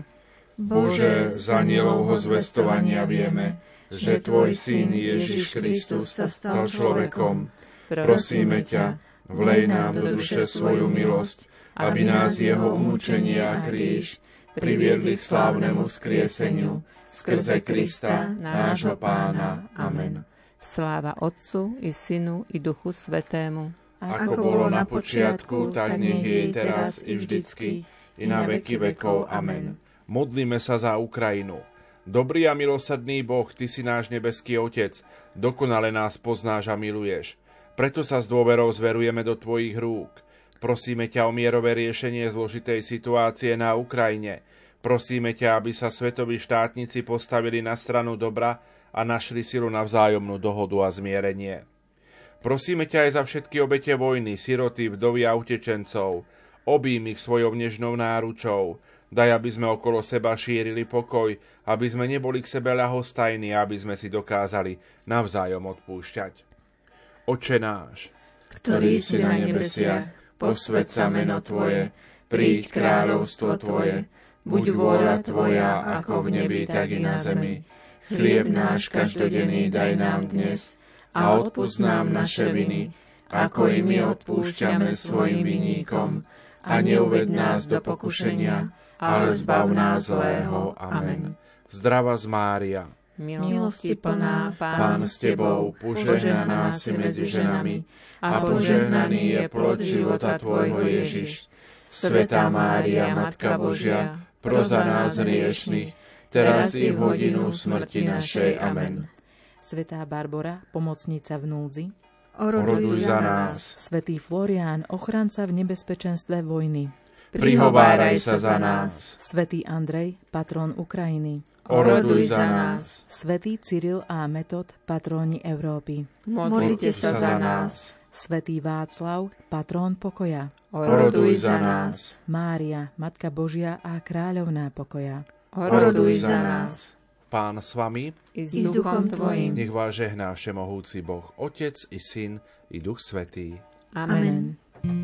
Bože, z anjelovho zvestovania vieme, že Tvoj Syn Ježiš Kristus sa stal človekom. Prosíme ťa, vlej nám do duše svoju milosť, aby nás jeho umúčenie a kríž priviedli k slávnemu vzkrieseniu skrze Krista, nášho Pána. Amen. Sláva Otcu i Synu i Duchu Svätému, ako bolo na počiatku, tak nech je teraz i vždycky, i na veky vekov. Amen. Modlíme sa za Ukrajinu. Dobrý a milosrdný Boh, Ty si náš nebeský Otec, dokonale nás poznáš a miluješ. Preto sa s dôverou zverujeme do Tvojich rúk. Prosíme ťa o mierové riešenie zložitej situácie na Ukrajine. Prosíme ťa, aby sa svetoví štátnici postavili na stranu dobra a našli silu na vzájomnú dohodu a zmierenie. Prosíme ťa aj za všetky obete vojny, siroty, vdovy a utečencov. Obím ich svojou nežnou náručou. Daj, aby sme okolo seba šírili pokoj, aby sme neboli k sebe ľahostajní, aby sme si dokázali navzájom odpúšťať. Oče náš, ktorý si na nebesiach, posväť sa meno Tvoje, príď kráľovstvo Tvoje, buď vôľa Tvoja, ako v nebi, tak i na zemi. Chlieb náš každodenný daj nám dnes a odpusť nám naše viny, ako i my odpúšťame svojim vinníkom. A neuved nás do pokušenia, ale zbav nás zlého. Amen. Zdravá z Mária, milosti plná, Pán s Tebou, požehnaná si medzi ženami a požehnaný je plod života Tvojho Ježiš. Svätá Mária, Matka Božia, pros za nás hriešnych, teraz i v hodinu smrti našej. Amen. Svätá Barbora, pomocnica v núdzi, oroduj za nás. Svätý Florián, ochranca v nebezpečenstve vojny, prihováraj sa za nás. Svätý Andrej, patrón Ukrajiny, oroduj za nás. Svätý Cyril a Metod, patróni Európy, modlite sa za nás. Svätý Václav, patrón pokoja, oroduj za nás. Mária, Matka Božia a kráľovná pokoja, oroduj za nás. Pán s vami i s duchom tvojim. Nech vás žehná všemohúci Boh, Otec i Syn i Duch Svätý. Amen.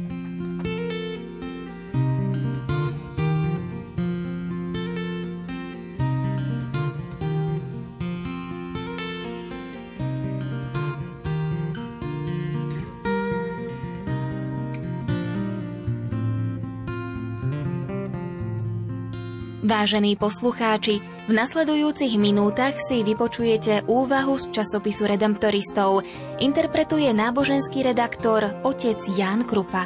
Vážení poslucháči, v nasledujúcich minútach si vypočujete úvahu z časopisu Redemptoristov. Interpretuje náboženský redaktor otec Ján Krupa.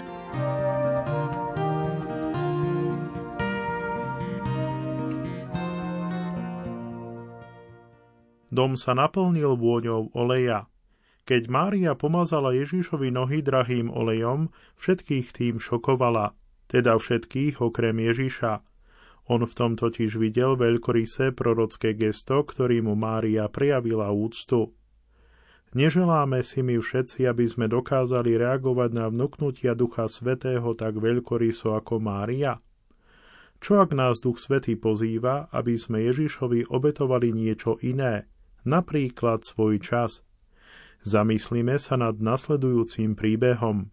Dom sa naplnil vôňou oleja. Keď Mária pomazala Ježišovi nohy drahým olejom, všetkých tým šokovala, teda všetkých okrem Ježiša. On v tom totiž videl veľkorysé prorocké gesto, ktorým mu Mária prejavila úctu. Neželáme si my všetci, aby sme dokázali reagovať na vnuknutia Ducha Svätého tak veľkoryso ako Mária? Čo ak nás Duch Svätý pozýva, aby sme Ježišovi obetovali niečo iné, napríklad svoj čas? Zamyslíme sa nad nasledujúcim príbehom.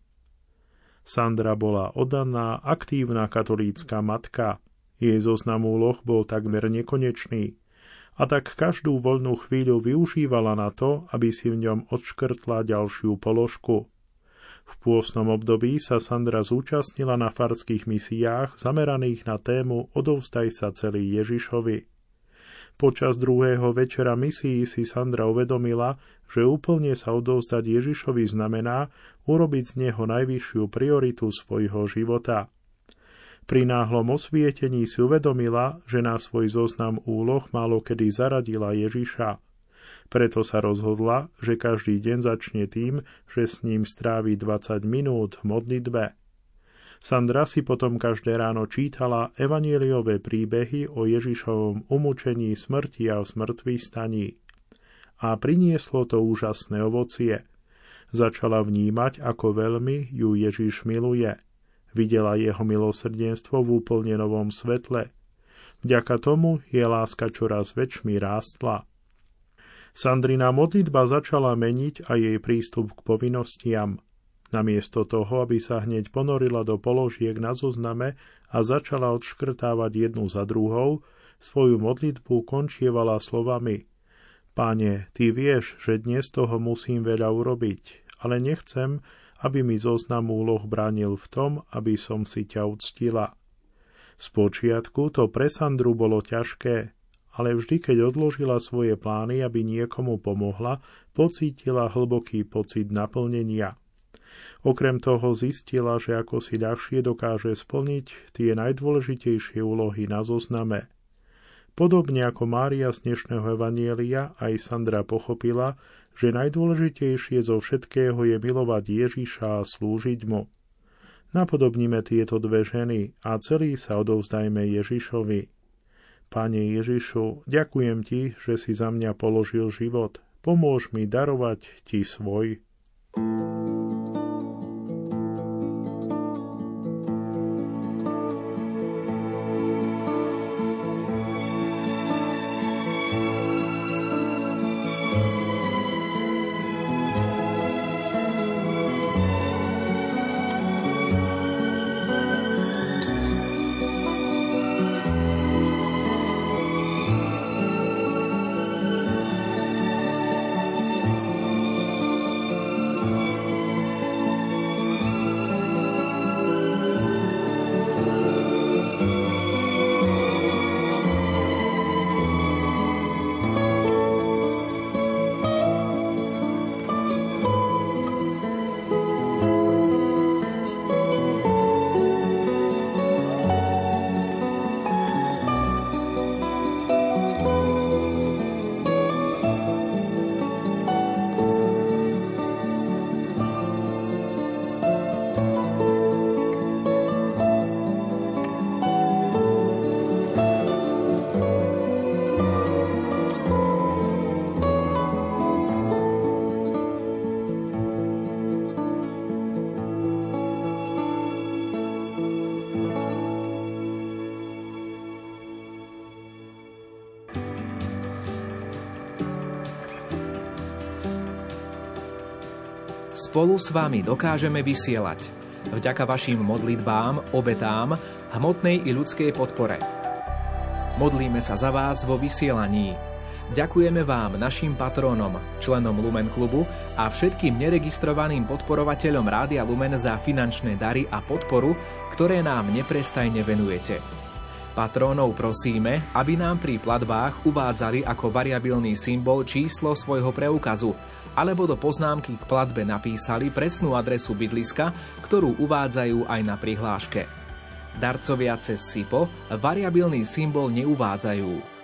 Sandra bola oddaná, aktívna katolícka matka. Jej zoznam úloh bol takmer nekonečný a tak každú voľnú chvíľu využívala na to, aby si v ňom odškrtla ďalšiu položku. V pôstnom období sa Sandra zúčastnila na farských misiách zameraných na tému Odovzdaj sa celý Ježišovi. Počas druhého večera misií si Sandra uvedomila, že úplne sa odovzdať Ježišovi znamená urobiť z neho najvyššiu prioritu svojho života. Pri náhlom osvietení si uvedomila, že na svoj zoznam úloh málokedy zaradila Ježiša. Preto sa rozhodla, že každý deň začne tým, že s ním strávi dvadsať minút v modlitbe. Sandra si potom každé ráno čítala evanjeliové príbehy o Ježišovom umúčení, smrti a smŕtvychvstaní. A prinieslo to úžasné ovocie. Začala vnímať, ako veľmi ju Ježiš miluje. Videla jeho milosrdenstvo v úplne novom svetle. Vďaka tomu je láska čoraz väčšmi rástla. Sandrina modlitba začala meniť aj jej prístup k povinnostiam. Namiesto toho, aby sa hneď ponorila do položiek na zozname a začala odškrtávať jednu za druhou, svoju modlitbu končievala slovami: Páne, ty vieš, že dnes toho musím veľa urobiť, ale nechcem, aby mi zoznam úloh bránil v tom, aby som si ťa uctila. Spočiatku to pre Sandru bolo ťažké, ale vždy, keď odložila svoje plány, aby niekomu pomohla, pocítila hlboký pocit naplnenia. Okrem toho zistila, že ako si ľahšie dokáže splniť tie najdôležitejšie úlohy na zozname. Podobne ako Mária z dnešného evanjelia, aj Sandra pochopila, že najdôležitejšie zo všetkého je milovať Ježiša a slúžiť mu. Napodobnime tieto dve ženy a celý sa odovzdajme Ježišovi. Pane Ježišu, ďakujem ti, že si za mňa položil život. Pomôž mi darovať ti svoj. spolu s vami dokážeme vysielať. Vďaka vašim modlitbám, obetám, hmotnej i ľudskej podpore. Modlíme sa za vás vo vysielaní. Ďakujeme vám, našim patrónom, členom Lumen klubu a všetkým neregistrovaným podporovateľom Rádia Lumen za finančné dary a podporu, ktoré nám neprestajne venujete. Patrónov prosíme, aby nám pri platbách uvádzali ako variabilný symbol číslo svojho preukazu, alebo do poznámky k platbe napísali presnú adresu bydliska, ktorú uvádzajú aj na prihláške. Darcovia cez SIPO variabilný symbol neuvádzajú.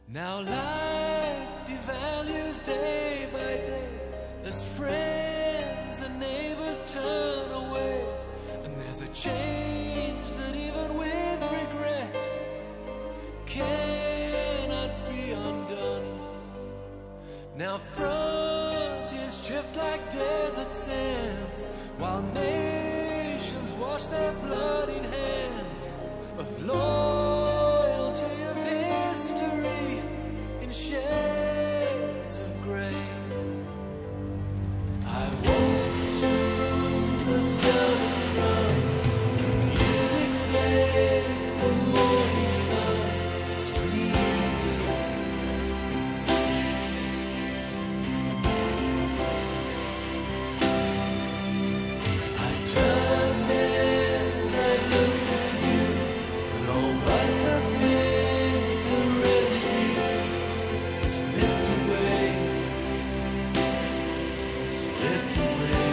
Now life devalues day by day, as friends and neighbors turn away, and there's a change that even with regret cannot be undone. Now frontiers drift like desert sands, while nations wash their bloodied hands of loyalty, of history in shades of grey. I walk through the sound of drums, the music plays, the morning sun streams. I turn and I look at you, and all but the bitter residue slip away, slip away.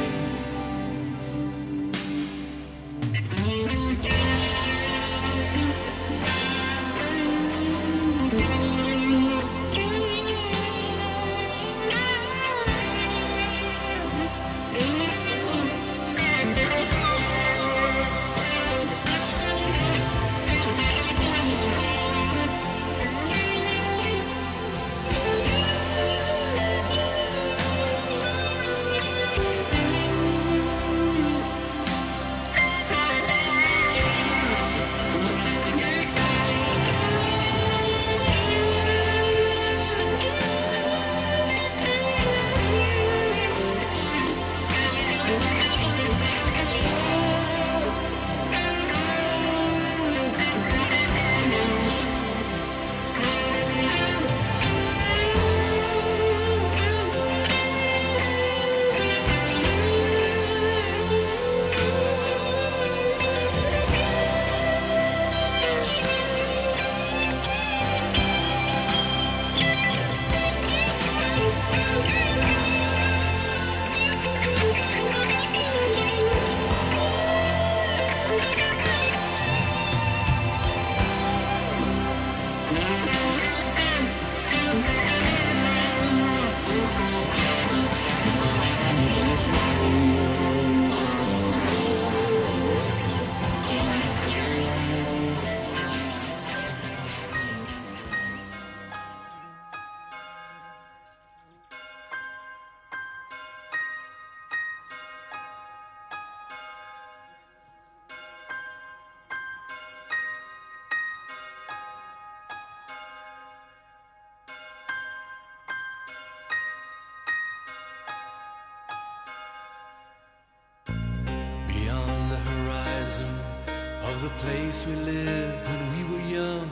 Beyond the horizon of the place we lived when we were young,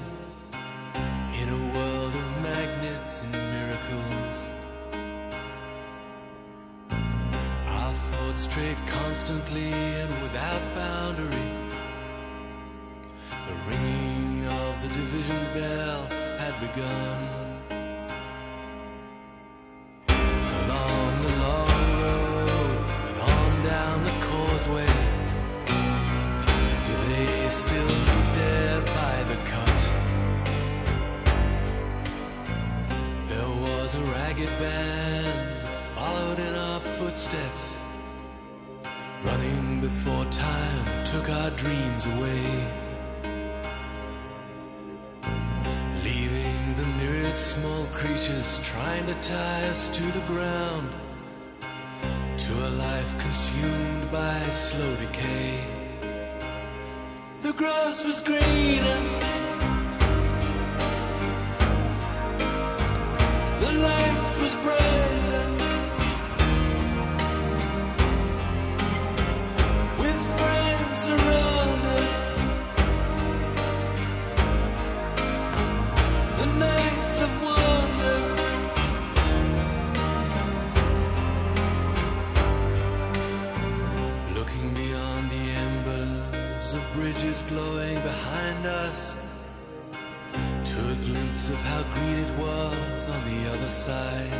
in a world of magnets and miracles, our thoughts strayed constantly and without boundary. The ringing of the division bell had begun. Along the long road and on down the causeway, do they still meet there by the cut? There was a ragged band that followed in our footsteps, running before time took our dreams away, leaving the myriad small creatures trying to tie us to the ground, to a life consumed by slow decay. The grass was greener, the light was brighter, with friends around us. The nights of wonder, looking beyond the embers of bridges glowing behind us, to a glimpse of how green it was on the other side.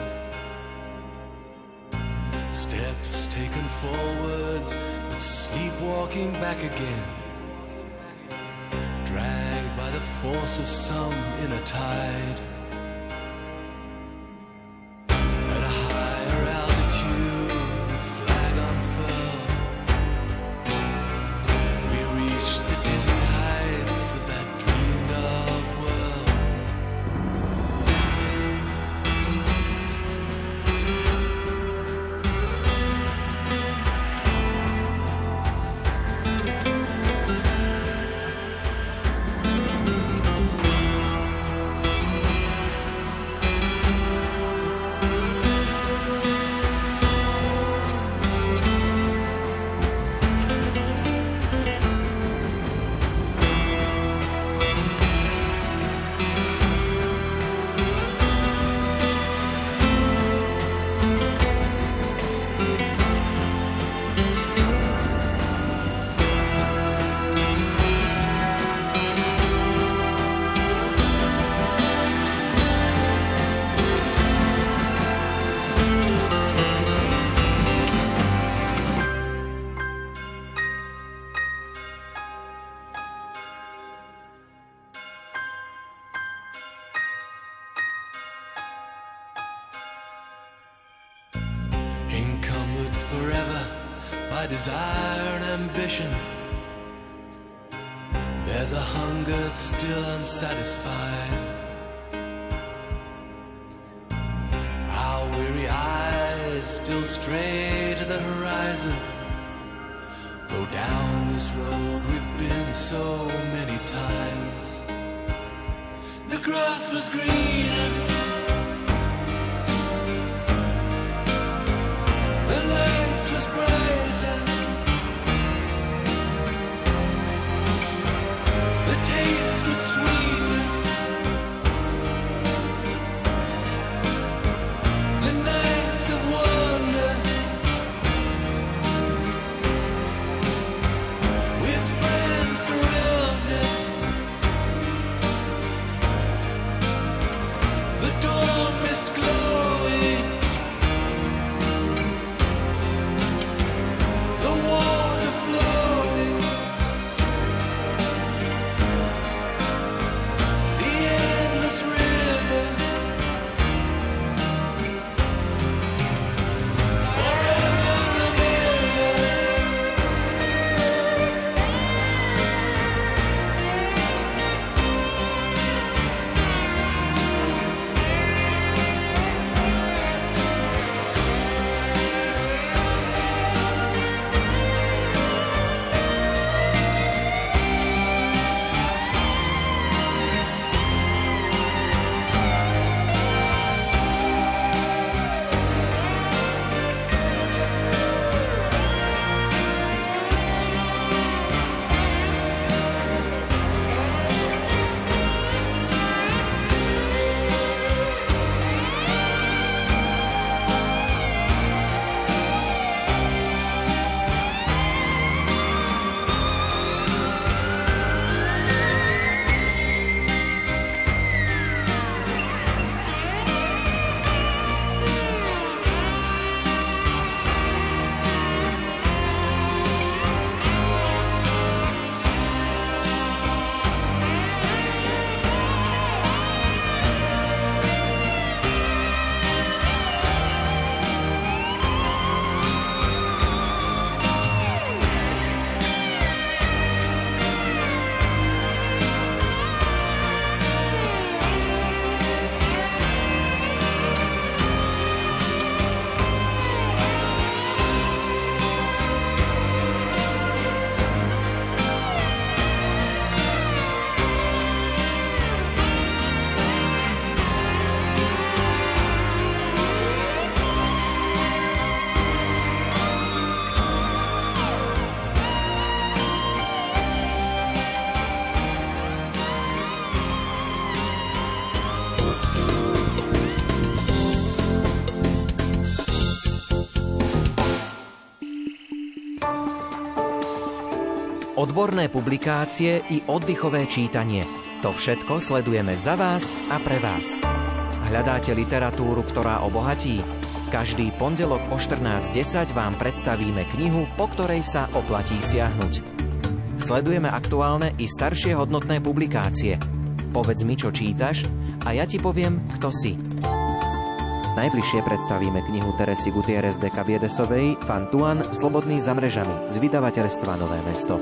Steps taken forwards, but sleepwalking back again, dragged by the force of some inner tide. by desire and ambition. There's a hunger still unsatisfied. Our weary eyes still stray to the horizon. Go down this road we've been so many times. The grass was greener, the light was brighter, the taste was sweeter, the nights of wonder, with friends surrounded, the dawn mist glowing, the water flowing, the endless river, forever and ever. Odborné publikácie i oddychové čítanie. To všetko sledujeme za vás a pre vás. Hľadáte literatúru, ktorá obohatí? Každý pondelok o štrnásť desať vám predstavíme knihu, po ktorej sa oplatí siahnuť. Sledujeme aktuálne i staršie hodnotné publikácie. Povedz mi, čo čítaš, a ja ti poviem, kto si. Najbližšie predstavíme knihu Teresy Gutierrez de Cabiedesovej Fantuan, Slobodný za mrežami z vydavateľstva Nové mesto.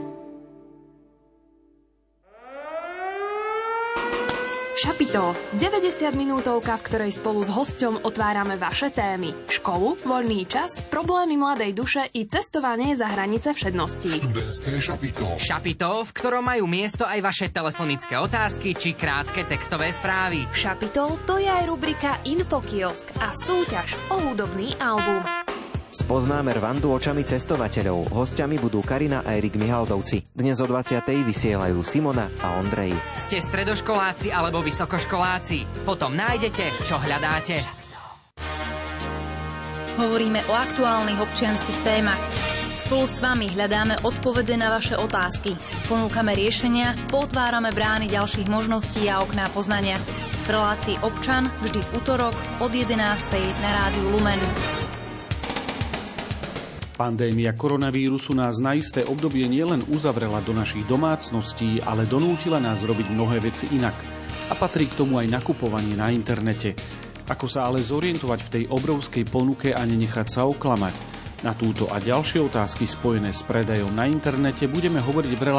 Šapito, deväťdesiat minútovka, v ktorej spolu s hosťom otvárame vaše témy. Školu, voľný čas, problémy mladej duše i cestovanie za hranice všedností. Šapito. Šapito, v ktorom majú miesto aj vaše telefonické otázky či krátke textové správy. Šapito, to je aj rubrika Infokiosk a súťaž o hudobný album. Spoznáme Rwandu očami cestovateľov. Hostiami budú Karina a Erik Mihaldovci. Dnes o dvadsiatej vysielajú Simona a Ondrej. Ste stredoškoláci alebo vysokoškoláci? Potom nájdete, čo hľadáte. Hovoríme o aktuálnych občianskych témach. Spolu s vami hľadáme odpovede na vaše otázky. Ponúkame riešenia, potvárame brány ďalších možností a okná poznania. V relácii Občan vždy v utorok od jedenástej na rádiu Lumen. Pandémia koronavírusu nás na isté obdobie nielen uzavrela do našich domácností, ale donútila nás robiť mnohé veci inak. A patrí k tomu aj nakupovanie na internete. Ako sa ale zorientovať v tej obrovskej ponuke a nenechať sa oklamať? Na túto a ďalšie otázky spojené s predajom na internete budeme hovoriť v relácii